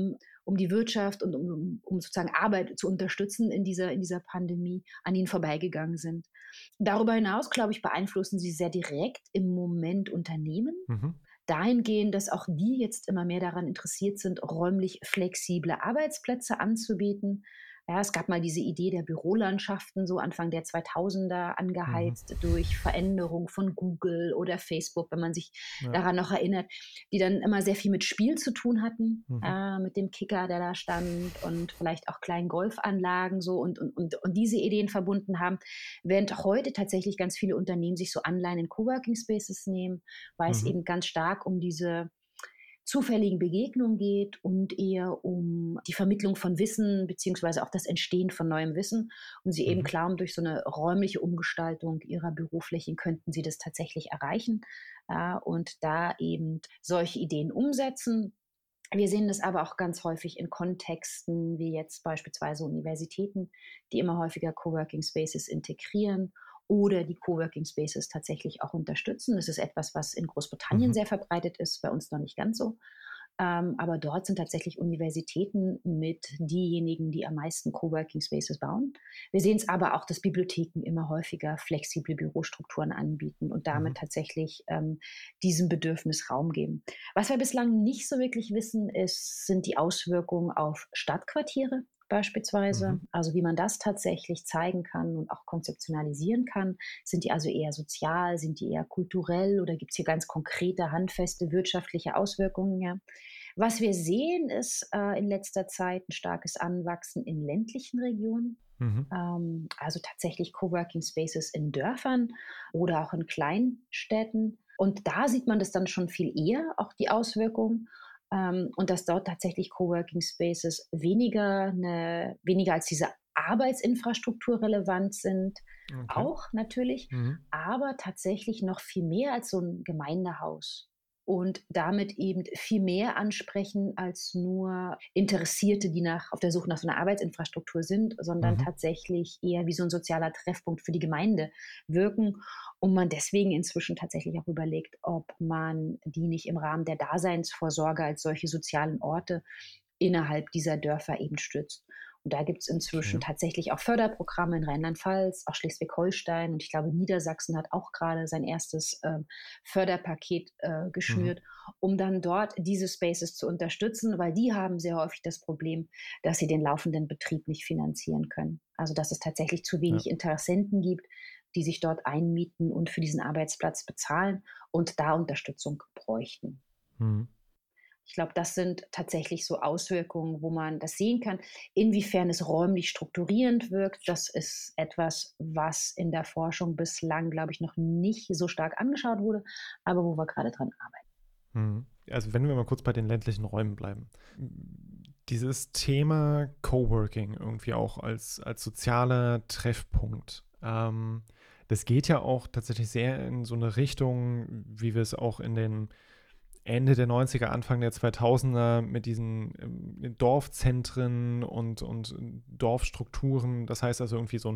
um die Wirtschaft und um sozusagen Arbeit zu unterstützen in dieser Pandemie, an ihnen vorbeigegangen sind. Darüber hinaus, glaube ich, beeinflussen sie sehr direkt im Moment Unternehmen Mhm. dahingehend, dass auch die jetzt immer mehr daran interessiert sind, räumlich flexible Arbeitsplätze anzubieten. Ja, es gab mal diese Idee der Bürolandschaften, so Anfang der 2000er, Mhm. angeheizt durch Veränderung von Google oder Facebook, wenn man sich Ja. daran noch erinnert, die dann immer sehr viel mit Spiel zu tun hatten, Mhm. mit dem Kicker, der da stand und vielleicht auch kleinen Golfanlagen so und diese Ideen verbunden haben, während heute tatsächlich ganz viele Unternehmen sich so Anleihen in Coworking Spaces nehmen, weil es Mhm. eben ganz stark um diese zufälligen Begegnungen geht und eher um die Vermittlung von Wissen beziehungsweise auch das Entstehen von neuem Wissen. Und sie eben Mhm. glauben, durch so eine räumliche Umgestaltung ihrer Büroflächen könnten sie das tatsächlich erreichen, und da eben solche Ideen umsetzen. Wir sehen das aber auch ganz häufig in Kontexten wie jetzt beispielsweise Universitäten, die immer häufiger Coworking Spaces integrieren oder die Coworking Spaces tatsächlich auch unterstützen. Das ist etwas, was in Großbritannien Mhm. sehr verbreitet ist, bei uns noch nicht ganz so. Aber dort sind tatsächlich Universitäten mit diejenigen, die am meisten Coworking Spaces bauen. Wir sehen es aber auch, dass Bibliotheken immer häufiger flexible Bürostrukturen anbieten und Mhm. damit tatsächlich diesem Bedürfnis Raum geben. Was wir bislang nicht so wirklich wissen, sind die Auswirkungen auf Stadtquartiere beispielsweise. Mhm. Also wie man das tatsächlich zeigen kann und auch konzeptionalisieren kann. Sind die also eher sozial, sind die eher kulturell oder gibt es hier ganz konkrete, handfeste wirtschaftliche Auswirkungen? Ja? Was wir sehen, ist in letzter Zeit ein starkes Anwachsen in ländlichen Regionen. Mhm. Also tatsächlich Coworking Spaces in Dörfern oder auch in Kleinstädten. Und da sieht man das dann schon viel eher, auch die Auswirkungen. Und dass dort tatsächlich Coworking Spaces weniger als diese Arbeitsinfrastruktur relevant sind, Okay. auch natürlich, Mhm. aber tatsächlich noch viel mehr als so ein Gemeindehaus und damit eben viel mehr ansprechen als nur Interessierte, die auf der Suche nach so einer Arbeitsinfrastruktur sind, sondern Mhm. tatsächlich eher wie so ein sozialer Treffpunkt für die Gemeinde wirken und man deswegen inzwischen tatsächlich auch überlegt, ob man die nicht im Rahmen der Daseinsvorsorge als solche sozialen Orte innerhalb dieser Dörfer eben stützt. Und da gibt es inzwischen Okay. tatsächlich auch Förderprogramme in Rheinland-Pfalz, auch Schleswig-Holstein und ich glaube, Niedersachsen hat auch gerade sein erstes Förderpaket Mhm. geschnürt, um dann dort diese Spaces zu unterstützen, weil die haben sehr häufig das Problem, dass sie den laufenden Betrieb nicht finanzieren können. Also dass es tatsächlich zu Ja. wenig Interessenten gibt, die sich dort einmieten und für diesen Arbeitsplatz bezahlen und da Unterstützung bräuchten. Mhm. Ich glaube, das sind tatsächlich so Auswirkungen, wo man das sehen kann. Inwiefern es räumlich strukturierend wirkt, das ist etwas, was in der Forschung bislang, glaube ich, noch nicht so stark angeschaut wurde, aber wo wir gerade dran arbeiten. Mhm. Also wenn wir mal kurz bei den ländlichen Räumen bleiben. Dieses Thema Coworking irgendwie auch als sozialer Treffpunkt. Das geht ja auch tatsächlich sehr in so eine Richtung, wie wir es auch in den Ende der 90er, Anfang der 2000er mit diesen Dorfzentren und Dorfstrukturen. Das heißt also irgendwie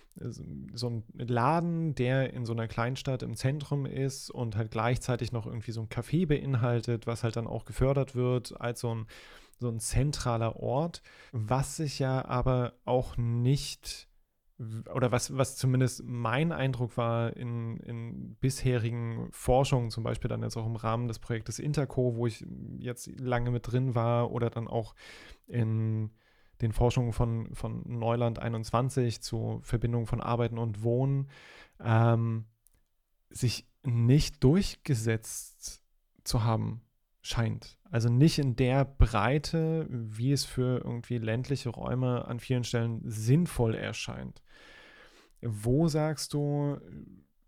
so ein Laden, der in so einer Kleinstadt im Zentrum ist und halt gleichzeitig noch irgendwie so ein Café beinhaltet, was halt dann auch gefördert wird als so ein zentraler Ort, was sich ja aber auch nicht oder was zumindest mein Eindruck war in bisherigen Forschungen, zum Beispiel dann jetzt auch im Rahmen des Projektes Interco, wo ich jetzt lange mit drin war, oder dann auch in den Forschungen von Neuland 21 zur Verbindung von Arbeiten und Wohnen, ähm, sich nicht durchgesetzt zu haben scheint. Also nicht in der Breite, wie es für irgendwie ländliche Räume an vielen Stellen sinnvoll erscheint. Wo sagst du,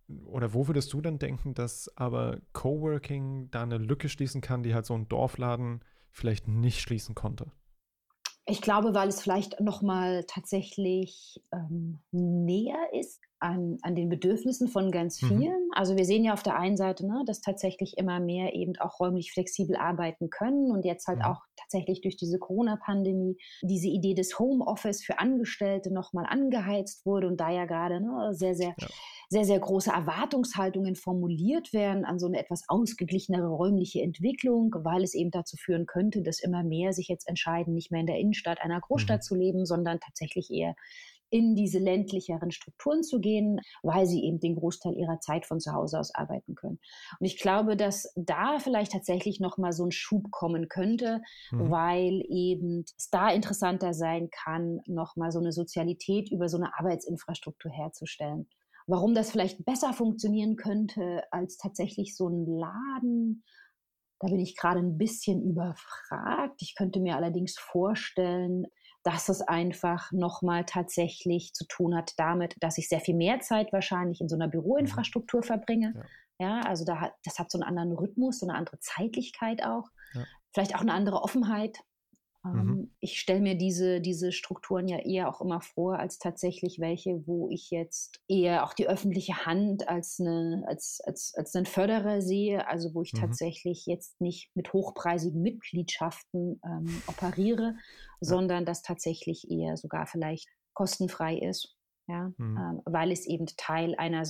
oder wo würdest du dann denken, dass aber Coworking da eine Lücke schließen kann, die halt so ein Dorfladen vielleicht nicht schließen konnte? Ich glaube, weil es vielleicht noch mal tatsächlich, näher ist an den Bedürfnissen von ganz Mhm. vielen. Also, wir sehen ja auf der einen Seite, ne, dass tatsächlich immer mehr eben auch räumlich flexibel arbeiten können und jetzt halt Mhm. auch tatsächlich durch diese Corona-Pandemie diese Idee des Homeoffice für Angestellte noch mal angeheizt wurde und da ja gerade, ne, Ja. sehr, sehr große Erwartungshaltungen formuliert werden an so eine etwas ausgeglichenere räumliche Entwicklung, weil es eben dazu führen könnte, dass immer mehr sich jetzt entscheiden, nicht mehr in der Innenstadt einer Mhm. Großstadt zu leben, sondern tatsächlich eher in diese ländlicheren Strukturen zu gehen, weil sie eben den Großteil ihrer Zeit von zu Hause aus arbeiten können. Und ich glaube, dass da vielleicht tatsächlich noch mal so ein Schub kommen könnte, Mhm. weil eben es da interessanter sein kann, noch mal so eine Sozialität über so eine Arbeitsinfrastruktur herzustellen. Warum das vielleicht besser funktionieren könnte als tatsächlich so ein Laden, da bin ich gerade ein bisschen überfragt. Ich könnte mir allerdings vorstellen, dass es einfach noch mal tatsächlich zu tun hat damit, dass ich sehr viel mehr Zeit wahrscheinlich in so einer Mhm. Büroinfrastruktur verbringe. Ja. Ja, also das hat so einen anderen Rhythmus, so eine andere Zeitlichkeit auch, Ja. vielleicht auch eine andere Offenheit. Mhm. Ich stelle mir diese Strukturen ja eher auch immer vor als tatsächlich welche, wo ich jetzt eher auch die öffentliche Hand als 'nen Förderer sehe, also wo ich Mhm. tatsächlich jetzt nicht mit hochpreisigen Mitgliedschaften, operiere, Ja. sondern das tatsächlich eher sogar vielleicht kostenfrei ist, ja, Mhm. weil es eben Teil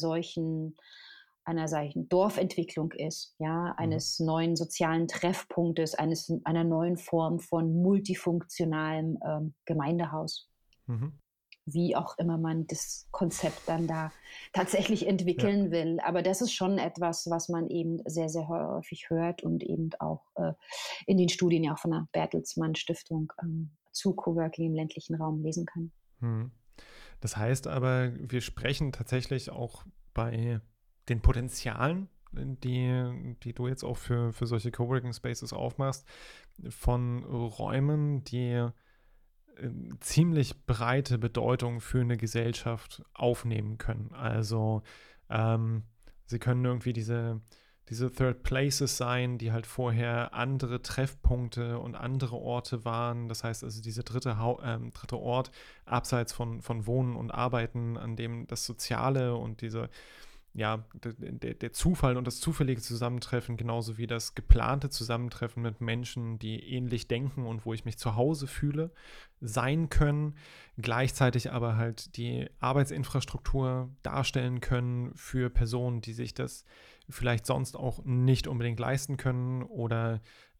einer solchen Dorfentwicklung ist, ja, Mhm. eines neuen sozialen Treffpunktes, einer neuen Form von multifunktionalem Gemeindehaus, Mhm. wie auch immer man das Konzept dann da tatsächlich Ja. entwickeln will. Aber das ist schon etwas, was man eben sehr, sehr häufig hört und eben auch in den Studien ja auch von der Bertelsmann Stiftung zu Coworking im ländlichen Raum lesen kann. Mhm. Das heißt aber, wir sprechen tatsächlich auch bei den Potenzialen, die du jetzt auch für solche Coworking Spaces aufmachst, von Räumen, die ziemlich breite Bedeutung für eine Gesellschaft aufnehmen können. Also ähm, sie können irgendwie diese Third Places sein, die halt vorher andere Treffpunkte und andere Orte waren. Das heißt also diese dritte Ort abseits von Wohnen und Arbeiten, an dem das Soziale und diese ja, der Zufall und das zufällige Zusammentreffen, genauso wie das geplante Zusammentreffen mit Menschen, die ähnlich denken und wo ich mich zu Hause fühle, sein können, gleichzeitig aber halt die Arbeitsinfrastruktur darstellen können für Personen, die sich das vielleicht sonst auch nicht unbedingt leisten können oder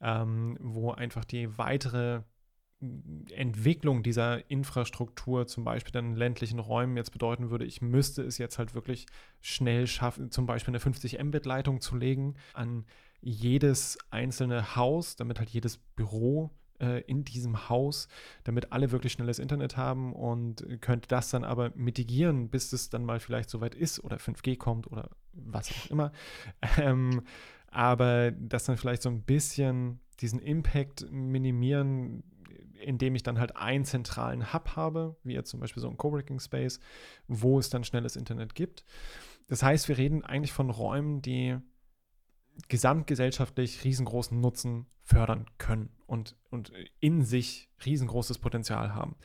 wo einfach die weitere Entwicklung dieser Infrastruktur, zum Beispiel dann in ländlichen Räumen, jetzt bedeuten würde, ich müsste es jetzt halt wirklich schnell schaffen, zum Beispiel eine 50 Mbit-Leitung zu legen an jedes einzelne Haus, damit halt jedes Büro in diesem Haus, damit alle wirklich schnelles Internet haben und könnte das dann aber mitigieren, bis es dann mal vielleicht soweit ist oder 5G kommt oder was auch immer. Ähm, aber das dann vielleicht so ein bisschen diesen Impact minimieren, indem ich dann halt einen zentralen Hub habe, wie jetzt zum Beispiel so ein Coworking Space, wo es dann schnelles Internet gibt. Das heißt, wir reden eigentlich von Räumen, die gesamtgesellschaftlich riesengroßen Nutzen fördern können und in sich riesengroßes Potenzial haben.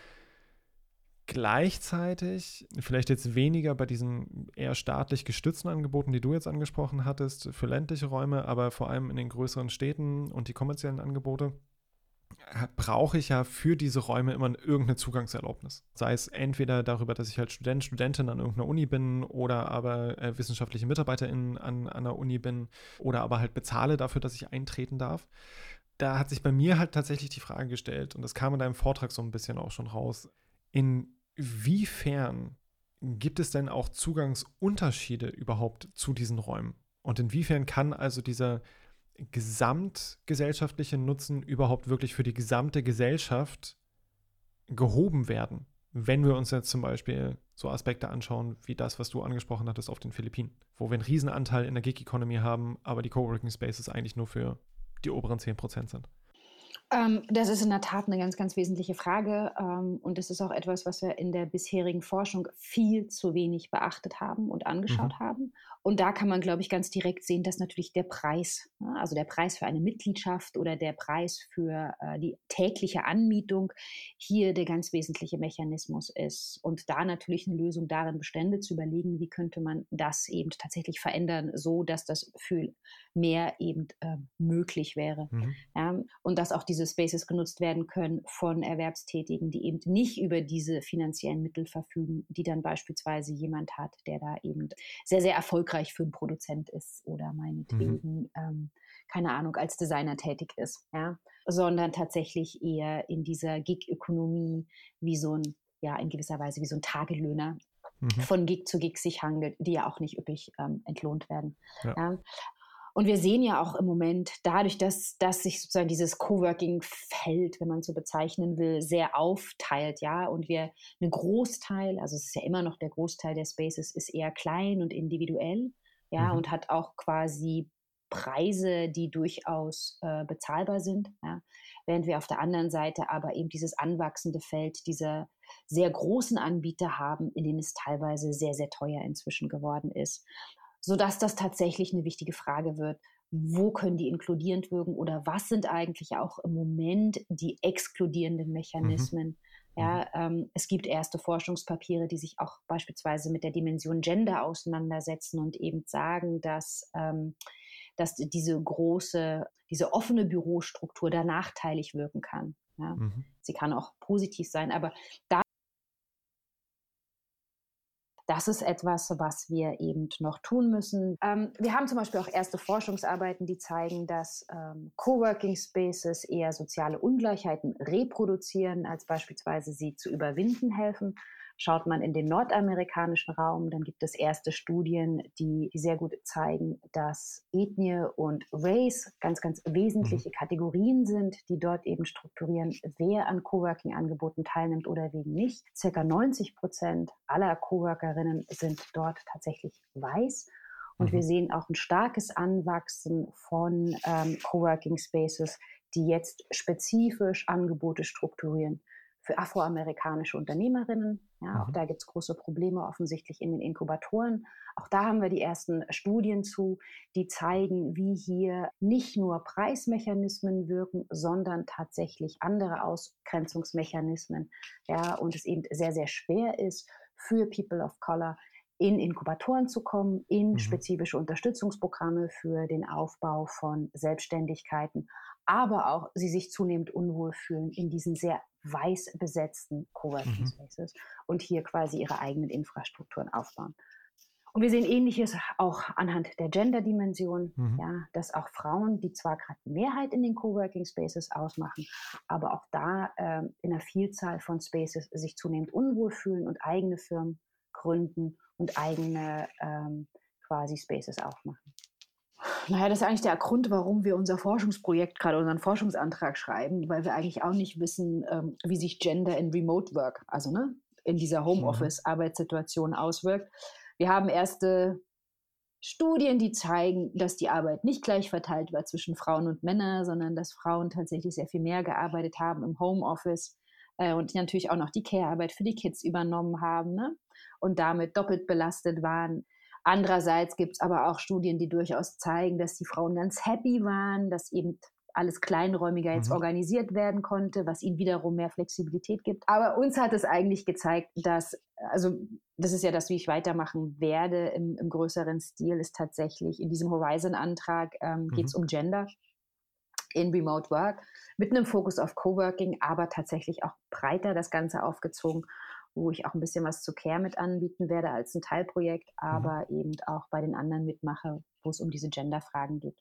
Gleichzeitig, vielleicht jetzt weniger bei diesen eher staatlich gestützten Angeboten, die du jetzt angesprochen hattest, für ländliche Räume, aber vor allem in den größeren Städten und die kommerziellen Angebote, brauche ich ja für diese Räume immer irgendeine Zugangserlaubnis. Sei es entweder darüber, dass ich halt Studentin an irgendeiner Uni bin oder aber wissenschaftliche Mitarbeiterin an einer Uni bin oder aber halt bezahle dafür, dass ich eintreten darf. Da hat sich bei mir halt tatsächlich die Frage gestellt, und das kam in deinem Vortrag so ein bisschen auch schon raus, inwiefern gibt es denn auch Zugangsunterschiede überhaupt zu diesen Räumen? Und inwiefern kann also dieser gesamtgesellschaftliche Nutzen überhaupt wirklich für die gesamte Gesellschaft gehoben werden, wenn wir uns jetzt zum Beispiel so Aspekte anschauen, wie das, was du angesprochen hattest auf den Philippinen, wo wir einen Riesenanteil in der Gig Economy haben, aber die Coworking Spaces eigentlich nur für die oberen 10% sind. Das ist in der Tat eine ganz, ganz wesentliche Frage, und das ist auch etwas, was wir in der bisherigen Forschung viel zu wenig beachtet haben und Mhm. angeschaut haben. Und da kann man, glaube ich, ganz direkt sehen, dass natürlich der Preis, ne, also der Preis für eine Mitgliedschaft oder der Preis für, die tägliche Anmietung hier der ganz wesentliche Mechanismus ist. Und da natürlich eine Lösung darin bestände, zu überlegen, wie könnte man das eben tatsächlich verändern, so dass das für mehr eben, möglich wäre. Mhm. Ja, und dass auch diese Spaces genutzt werden können von Erwerbstätigen, die eben nicht über diese finanziellen Mittel verfügen, die dann beispielsweise jemand hat, der da eben sehr, sehr erfolgreich für einen Produzent ist oder Mhm. meinetwegen, keine Ahnung, als Designer tätig ist, ja, sondern tatsächlich eher in dieser Gig-Ökonomie wie so ein, ja, in gewisser Weise wie so ein Tagelöhner Mhm. von Gig zu Gig sich hangelt, die ja auch nicht üppig entlohnt werden. Ja. Ja. Und wir sehen ja auch im Moment, dadurch, dass sich sozusagen dieses Coworking-Feld, wenn man es so bezeichnen will, sehr aufteilt, ja, und wir einen Großteil, also es ist ja immer noch der Großteil der Spaces, ist eher klein und individuell, ja, Mhm. und hat auch quasi Preise, die durchaus bezahlbar sind, ja, während wir auf der anderen Seite aber eben dieses anwachsende Feld dieser sehr großen Anbieter haben, in denen es teilweise sehr, sehr teuer inzwischen geworden ist, sodass das tatsächlich eine wichtige Frage wird. Wo können die inkludierend wirken oder was sind eigentlich auch im Moment die exkludierenden Mhm. Mechanismen? Mhm. Ja, es gibt erste Forschungspapiere, die sich auch beispielsweise mit der Dimension Gender auseinandersetzen und eben sagen, dass diese offene Bürostruktur da nachteilig wirken kann, ja. Mhm. Sie kann auch positiv sein, aber das ist etwas, was wir eben noch tun müssen. Wir haben zum Beispiel auch erste Forschungsarbeiten, die zeigen, dass Coworking Spaces eher soziale Ungleichheiten reproduzieren, als beispielsweise sie zu überwinden helfen. Schaut man in den nordamerikanischen Raum, dann gibt es erste Studien, die sehr gut zeigen, dass Ethnie und Race ganz, ganz Mhm. wesentliche Kategorien sind, die dort eben strukturieren, wer an Coworking-Angeboten teilnimmt oder wegen nicht. Circa 90% aller Coworkerinnen sind dort tatsächlich weiß. Und wir Mhm. sehen auch ein starkes Anwachsen von Coworking Spaces, die jetzt spezifisch Angebote strukturieren für afroamerikanische Unternehmerinnen. Ja, auch Mhm. da gibt es große Probleme offensichtlich in den Inkubatoren. Auch da haben wir die ersten Studien zu, die zeigen, wie hier nicht nur Preismechanismen wirken, sondern tatsächlich andere Ausgrenzungsmechanismen. Ja, und es eben sehr, sehr schwer ist für People of Color in Inkubatoren zu kommen, in Mhm. spezifische Unterstützungsprogramme für den Aufbau von Selbstständigkeiten, aber auch sie sich zunehmend unwohl fühlen in diesen sehr weiß besetzten Coworking Mhm. Spaces und hier quasi ihre eigenen Infrastrukturen aufbauen. Und wir sehen Ähnliches auch anhand der Gender-Dimension, Mhm. ja, dass auch Frauen, die zwar gerade die Mehrheit in den Coworking Spaces ausmachen, aber auch da in einer Vielzahl von Spaces sich zunehmend unwohl fühlen und eigene Firmen gründen und eigene quasi Spaces aufmachen. Naja, das ist eigentlich der Grund, warum wir unser Forschungsprojekt, gerade unseren Forschungsantrag schreiben, weil wir eigentlich auch nicht wissen, wie sich Gender in Remote Work, also ne, in dieser Mhm. Homeoffice-Arbeitssituation auswirkt. Wir haben erste Studien, die zeigen, dass die Arbeit nicht gleich verteilt war zwischen Frauen und Männern, sondern dass Frauen tatsächlich sehr viel mehr gearbeitet haben im Homeoffice und natürlich auch noch die Care-Arbeit für die Kids übernommen haben, ne? Und damit doppelt belastet waren. Andererseits gibt es aber auch Studien, die durchaus zeigen, dass die Frauen ganz happy waren, dass eben alles kleinräumiger jetzt Mhm. organisiert werden konnte, was ihnen wiederum mehr Flexibilität gibt. Aber uns hat es eigentlich gezeigt, dass, also das ist ja das, wie ich weitermachen werde im größeren Stil, ist tatsächlich in diesem Horizon-Antrag geht es Mhm. um Gender in Remote Work mit einem Fokus auf Coworking, aber tatsächlich auch breiter das Ganze aufgezogen, wo ich auch ein bisschen was zu Care mit anbieten werde als ein Teilprojekt, Mhm. aber eben auch bei den anderen mitmache, wo es um diese Gender-Fragen geht.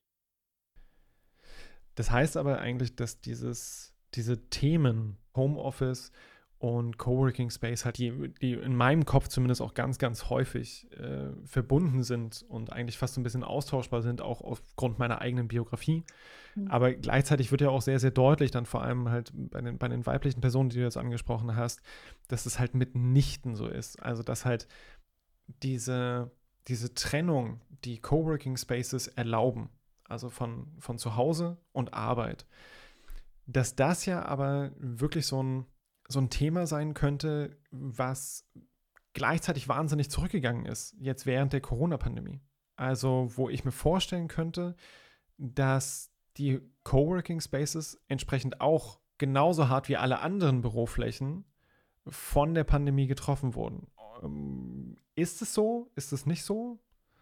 Das heißt aber eigentlich, dass diese Themen Homeoffice und Coworking Space halt, die in meinem Kopf zumindest auch ganz, ganz häufig verbunden sind und eigentlich fast so ein bisschen austauschbar sind, auch aufgrund meiner eigenen Biografie. Hm. Aber gleichzeitig wird ja auch sehr, sehr deutlich, dann vor allem halt bei den weiblichen Personen, die du jetzt angesprochen hast, dass es halt mitnichten so ist. Also, dass halt diese, diese Trennung, die Coworking Spaces erlauben, also von zu Hause und Arbeit, dass das ja aber wirklich so ein Thema sein könnte, was gleichzeitig wahnsinnig zurückgegangen ist, jetzt während der Corona-Pandemie. Also, wo ich mir vorstellen könnte, dass die Coworking Spaces entsprechend auch genauso hart wie alle anderen Büroflächen von der Pandemie getroffen wurden. Ist es so? Ist es nicht so?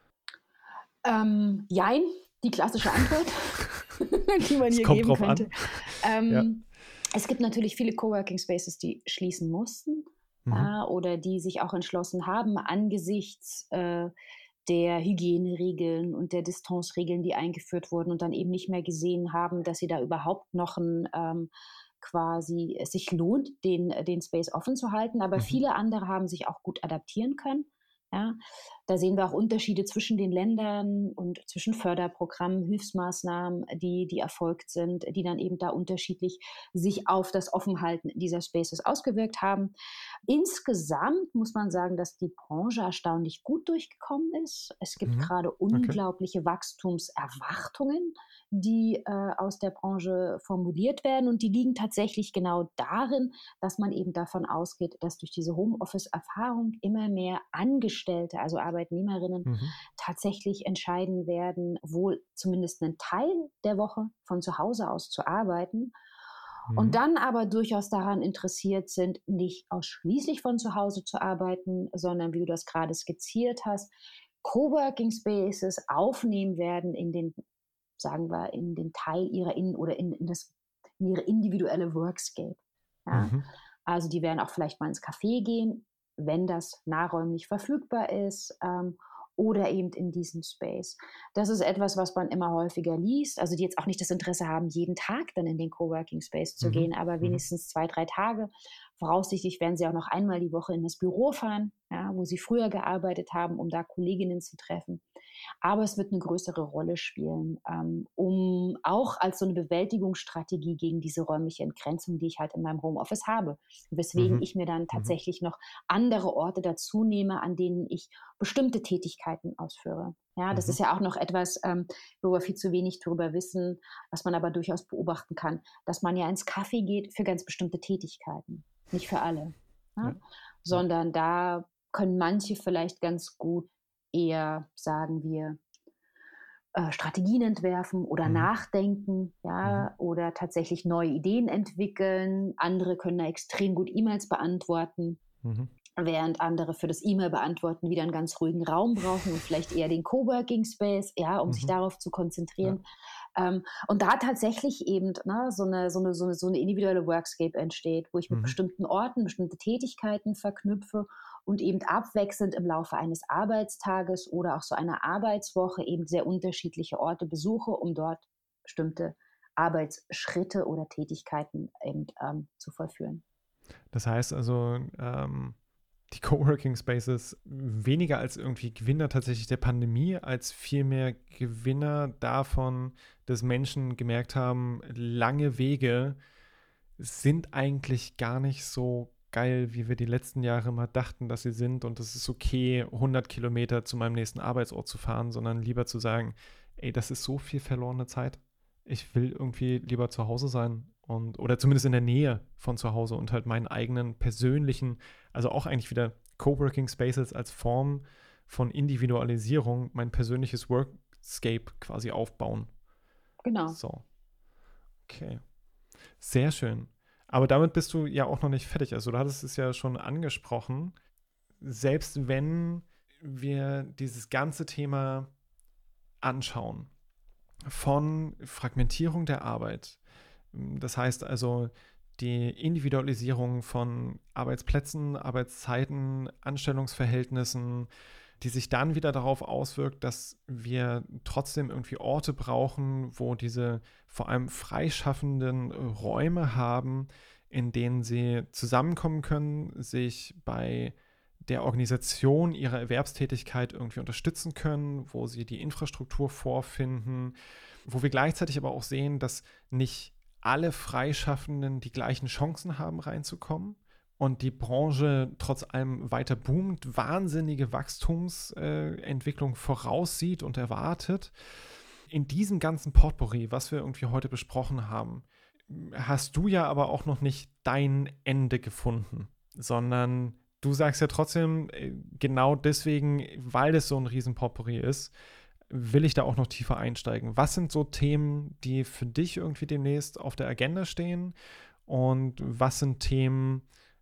Jein, die klassische Antwort, die man Es hier kommt geben drauf könnte. an. Ja. Es gibt natürlich viele Coworking Spaces, die schließen mussten Mhm. oder die sich auch entschlossen haben, angesichts der Hygieneregeln und der Distanzregeln, die eingeführt wurden und dann eben nicht mehr gesehen haben, dass sie da überhaupt noch quasi es sich lohnt, den Space offen zu halten. Aber Mhm. viele andere haben sich auch gut adaptieren können. Ja, da sehen wir auch Unterschiede zwischen den Ländern und zwischen Förderprogrammen, Hilfsmaßnahmen, die erfolgt sind, die dann eben da unterschiedlich sich auf das Offenhalten dieser Spaces ausgewirkt haben. Insgesamt muss man sagen, dass die Branche erstaunlich gut durchgekommen ist. Es gibt Mhm. gerade Okay. unglaubliche Wachstumserwartungen, die aus der Branche formuliert werden. Und die liegen tatsächlich genau darin, dass man eben davon ausgeht, dass durch diese Homeoffice-Erfahrung immer mehr Angestellte, also Arbeitnehmerinnen, Mhm. tatsächlich entscheiden werden, wohl zumindest einen Teil der Woche von zu Hause aus zu arbeiten und Mhm. dann aber durchaus daran interessiert sind, nicht ausschließlich von zu Hause zu arbeiten, sondern wie du das gerade skizziert hast, Coworking Spaces aufnehmen werden in den, sagen wir, in den Teil ihrer oder in ihre individuelle Workscape. Ja? Mhm. Also die werden auch vielleicht mal ins Café gehen, wenn das nahräumlich verfügbar ist, oder eben in diesen Space. Das ist etwas, was man immer häufiger liest. Also die jetzt auch nicht das Interesse haben, jeden Tag dann in den Coworking Space zu Mhm. gehen, aber Mhm. wenigstens 2, 3 Tage. Voraussichtlich werden sie auch noch einmal die Woche in das Büro fahren, ja, wo sie früher gearbeitet haben, um da Kolleginnen zu treffen. Aber es wird eine größere Rolle spielen, um auch als so eine Bewältigungsstrategie gegen diese räumliche Entgrenzung, die ich halt in meinem Homeoffice habe. Weswegen Mhm. ich mir dann Mhm. tatsächlich noch andere Orte dazu nehme, an denen ich bestimmte Tätigkeiten ausführe. Ja, das Mhm. ist ja auch noch etwas, wo wir viel zu wenig darüber wissen, was man aber durchaus beobachten kann, dass man ja ins Café geht für ganz bestimmte Tätigkeiten, nicht für alle, ja? Ja. Ja. Sondern da können manche vielleicht ganz gut eher, sagen wir, Strategien entwerfen oder Mhm. nachdenken, Mhm. ja, oder tatsächlich neue Ideen entwickeln. Andere können da extrem gut E-Mails beantworten, Mhm. während andere für das E-Mail beantworten wieder einen ganz ruhigen Raum brauchen und vielleicht eher den Coworking Space, ja, um sich Mhm. darauf zu Ja. konzentrieren. Und da tatsächlich eben, ne, so eine individuelle Workscape entsteht, wo ich mit Mhm. bestimmten Orten bestimmte Tätigkeiten verknüpfe und eben abwechselnd im Laufe eines Arbeitstages oder auch so einer Arbeitswoche eben sehr unterschiedliche Orte besuche, um dort bestimmte Arbeitsschritte oder Tätigkeiten eben zu vollführen. Das heißt also, die Coworking Spaces weniger als irgendwie Gewinner tatsächlich der Pandemie, als vielmehr Gewinner davon, dass Menschen gemerkt haben, lange Wege sind eigentlich gar nicht so geil, wie wir die letzten Jahre immer dachten, dass sie sind. Und es ist okay, 100 Kilometer zu meinem nächsten Arbeitsort zu fahren, sondern lieber zu sagen, ey, das ist so viel verlorene Zeit. Ich will irgendwie lieber zu Hause sein und oder zumindest in der Nähe von zu Hause und halt meinen eigenen persönlichen, also auch eigentlich wieder Coworking Spaces als Form von Individualisierung, mein persönliches Workscape quasi aufbauen. Genau. So, okay. Sehr schön. Aber damit bist du ja auch noch nicht fertig. Also du hattest es ja schon angesprochen. Selbst wenn wir dieses ganze Thema anschauen, von Fragmentierung der Arbeit, das heißt also die Individualisierung von Arbeitsplätzen, Arbeitszeiten, Anstellungsverhältnissen, die sich dann wieder darauf auswirkt, dass wir trotzdem irgendwie Orte brauchen, wo diese vor allem freischaffenden Räume haben, in denen sie zusammenkommen können, sich bei der Organisation ihrer Erwerbstätigkeit irgendwie unterstützen können, wo sie die Infrastruktur vorfinden, wo wir gleichzeitig aber auch sehen, dass nicht alle Freischaffenden die gleichen Chancen haben, reinzukommen und die Branche trotz allem weiter boomt, wahnsinnige Wachstumsentwicklung voraussieht und erwartet. In diesem ganzen Potpourri, was wir irgendwie heute besprochen haben, hast du ja aber auch noch nicht dein Ende gefunden, sondern du sagst ja trotzdem, genau deswegen, weil das so ein Riesen-Potpourri ist, will ich da auch noch tiefer einsteigen. Was sind so Themen, die für dich irgendwie demnächst auf der Agenda stehen? Und was sind Themen,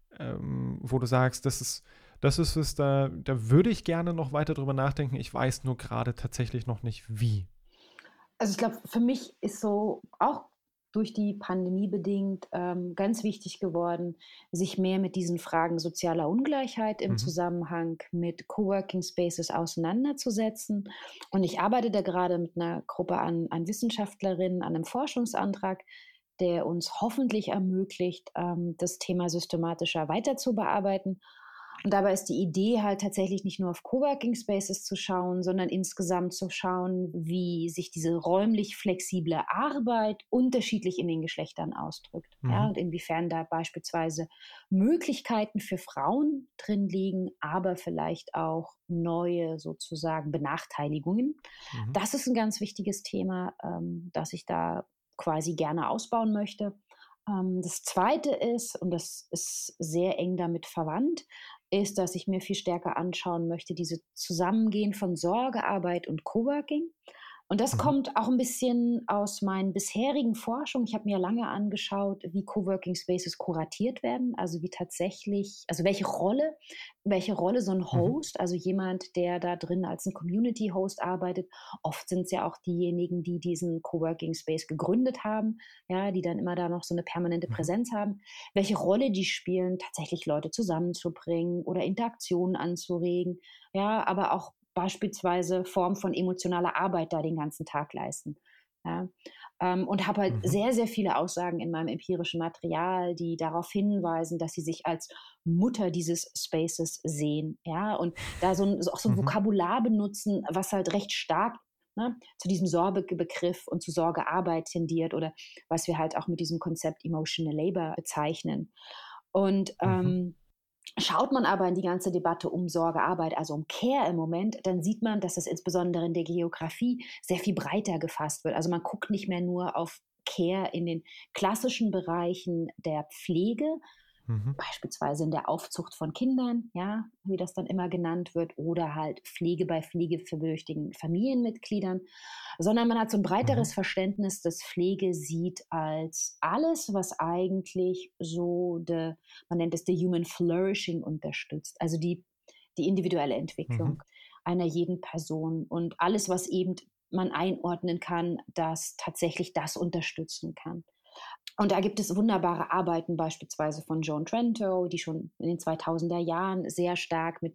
wo du sagst, das ist es, da würde ich gerne noch weiter drüber nachdenken. Ich weiß nur gerade tatsächlich noch nicht, wie. Also ich glaube, für mich ist so auch durch die Pandemie bedingt ganz wichtig geworden, sich mehr mit diesen Fragen sozialer Ungleichheit im Mhm. Zusammenhang mit Coworking Spaces auseinanderzusetzen. Und ich arbeite da gerade mit einer Gruppe an Wissenschaftlerinnen an einem Forschungsantrag, der uns hoffentlich ermöglicht, das Thema systematischer weiter zu bearbeiten. Und dabei ist die Idee halt tatsächlich nicht nur auf Coworking Spaces zu schauen, sondern insgesamt zu schauen, wie sich diese räumlich flexible Arbeit unterschiedlich in den Geschlechtern ausdrückt. Ja, Mhm. und inwiefern da beispielsweise Möglichkeiten für Frauen drin liegen, aber vielleicht auch neue sozusagen Benachteiligungen. Mhm. Das ist ein ganz wichtiges Thema, das ich da quasi gerne ausbauen möchte. Das Zweite ist, und das ist sehr eng damit verwandt, ist, dass ich mir viel stärker anschauen möchte, diese Zusammengehen von Sorgearbeit und Coworking. Und das Mhm. kommt auch ein bisschen aus meinen bisherigen Forschungen. Ich habe mir lange angeschaut, wie Coworking Spaces kuratiert werden, also wie tatsächlich, also welche Rolle so ein Mhm. Host, also jemand, der da drin als ein Community-Host arbeitet. Oft sind es ja auch diejenigen, die diesen Coworking Space gegründet haben, ja, die dann immer da noch so eine permanente Mhm. Präsenz haben, welche Rolle die spielen, tatsächlich Leute zusammenzubringen oder Interaktionen anzuregen, ja, aber auch beispielsweise Form von emotionaler Arbeit da den ganzen Tag leisten. Ja. Und habe halt Mhm. sehr, sehr viele Aussagen in meinem empirischen Material, die darauf hinweisen, dass sie sich als Mutter dieses Spaces sehen. Ja, und da auch so ein Mhm. Vokabular benutzen, was halt recht stark, ne, zu diesem Sorgebegriff und zu Sorgearbeit tendiert oder was wir halt auch mit diesem Konzept Emotional Labor bezeichnen. Und Mhm. schaut man aber in die ganze Debatte um Sorgearbeit, also um Care im Moment, dann sieht man, dass es insbesondere in der Geografie sehr viel breiter gefasst wird. Also man guckt nicht mehr nur auf Care in den klassischen Bereichen der Pflege, Mhm. beispielsweise in der Aufzucht von Kindern, ja, wie das dann immer genannt wird, oder halt Pflege bei pflegebedürftigen Familienmitgliedern, sondern man hat so ein Mhm. breiteres Verständnis, das Pflege sieht als alles, was eigentlich so man nennt es the human flourishing unterstützt, also die individuelle Mhm. Entwicklung einer jeden Person und alles, was eben man einordnen kann, das tatsächlich das unterstützen kann. Und da gibt es wunderbare Arbeiten beispielsweise von Joan Trento, die schon in den 2000er Jahren sehr stark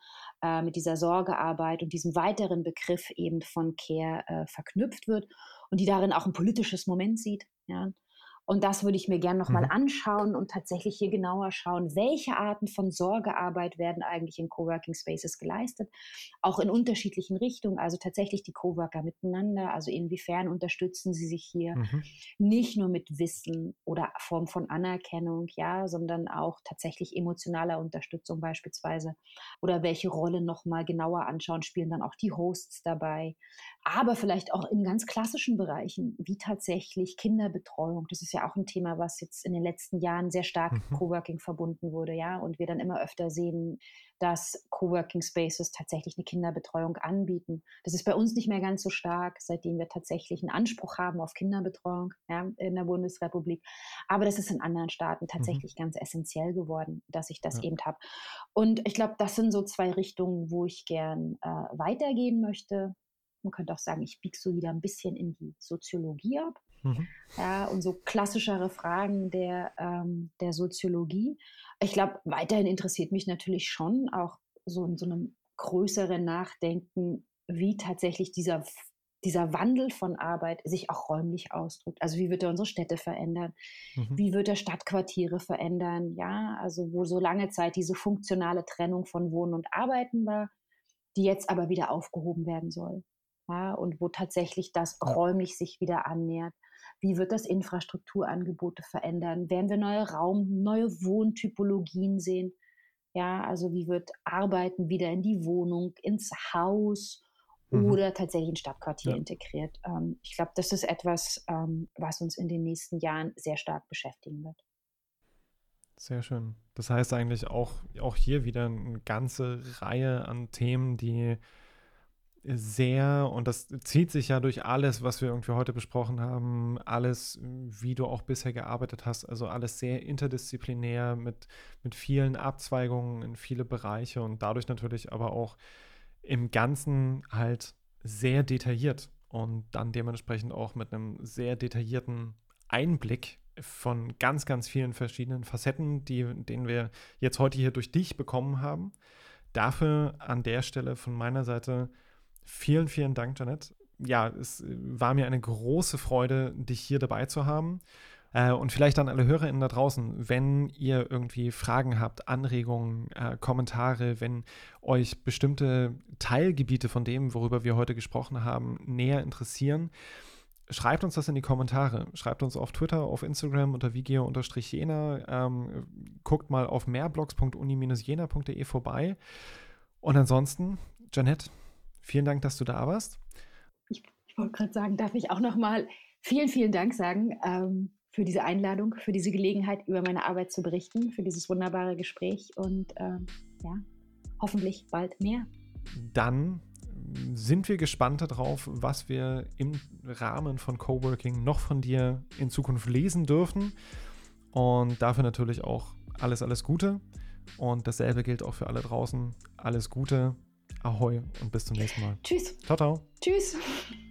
mit dieser Sorgearbeit und diesem weiteren Begriff eben von Care verknüpft wird und die darin auch ein politisches Moment sieht. Ja. Und das würde ich mir gerne noch mal Mhm. anschauen und tatsächlich hier genauer schauen, welche Arten von Sorgearbeit werden eigentlich in Coworking Spaces geleistet, auch in unterschiedlichen Richtungen, also tatsächlich die Coworker miteinander, also inwiefern unterstützen sie sich hier Mhm. nicht nur mit Wissen oder Form von Anerkennung, ja, sondern auch tatsächlich emotionaler Unterstützung beispielsweise. Oder welche Rolle noch mal genauer anschauen, spielen dann auch die Hosts dabei. Aber vielleicht auch in ganz klassischen Bereichen, wie tatsächlich Kinderbetreuung. Das ist ja auch ein Thema, was jetzt in den letzten Jahren sehr stark mit Mhm. Coworking verbunden wurde, ja. Und wir dann immer öfter sehen, dass Coworking Spaces tatsächlich eine Kinderbetreuung anbieten. Das ist bei uns nicht mehr ganz so stark, seitdem wir tatsächlich einen Anspruch haben auf Kinderbetreuung, ja, in der Bundesrepublik. Aber das ist in anderen Staaten Mhm. tatsächlich ganz essentiell geworden, dass ich das Ja. eben habe. Und ich glaube, das sind so 2 Richtungen, wo ich gern weitergehen möchte. Man könnte auch sagen, ich biege so wieder ein bisschen in die Soziologie ab, Mhm. ja, und so klassischere Fragen der Soziologie. Ich glaube, weiterhin interessiert mich natürlich schon auch so in so einem größeren Nachdenken, wie tatsächlich dieser Wandel von Arbeit sich auch räumlich ausdrückt. Also, wie wird er unsere Städte verändern? Mhm. Wie wird er Stadtquartiere verändern? Ja, also, wo so lange Zeit diese funktionale Trennung von Wohnen und Arbeiten war, die jetzt aber wieder aufgehoben werden soll. Ja, und wo tatsächlich das Ja. räumlich sich wieder annähert. Wie wird das Infrastrukturangebote verändern? Werden wir neue Wohntypologien sehen? Ja, also wie wird Arbeiten wieder in die Wohnung, ins Haus oder tatsächlich in Stadtquartier Ja. integriert. Ich glaube, das ist etwas, was uns in den nächsten Jahren sehr stark beschäftigen wird. Sehr schön. Das heißt eigentlich auch hier wieder eine ganze Reihe an Themen, die sehr, und das zieht sich ja durch alles, was wir irgendwie heute besprochen haben, alles, wie du auch bisher gearbeitet hast, also alles sehr interdisziplinär mit vielen Abzweigungen in viele Bereiche und dadurch natürlich aber auch im Ganzen halt sehr detailliert und dann dementsprechend auch mit einem sehr detaillierten Einblick von ganz, ganz vielen verschiedenen Facetten, den wir jetzt heute hier durch dich bekommen haben. Dafür an der Stelle von meiner Seite vielen, vielen Dank, Jeanette. Ja, es war mir eine große Freude, dich hier dabei zu haben. Und vielleicht an alle HörerInnen da draußen, wenn ihr irgendwie Fragen habt, Anregungen, Kommentare, wenn euch bestimmte Teilgebiete von dem, worüber wir heute gesprochen haben, näher interessieren, schreibt uns das in die Kommentare. Schreibt uns auf Twitter, auf Instagram unter vigeo_jena. Guckt mal auf mehrblogs.uni-jena.de vorbei. Und ansonsten, Jeanette, vielen Dank, dass du da warst. Ich wollte gerade sagen, darf ich auch nochmal vielen, vielen Dank sagen für diese Einladung, für diese Gelegenheit, über meine Arbeit zu berichten, für dieses wunderbare Gespräch und ja, hoffentlich bald mehr. Dann sind wir gespannt darauf, was wir im Rahmen von Coworking noch von dir in Zukunft lesen dürfen. Und dafür natürlich auch alles, alles Gute. Und dasselbe gilt auch für alle draußen. Alles Gute, Ahoi und bis zum nächsten Mal. Tschüss. Ciao, ciao. Tschüss.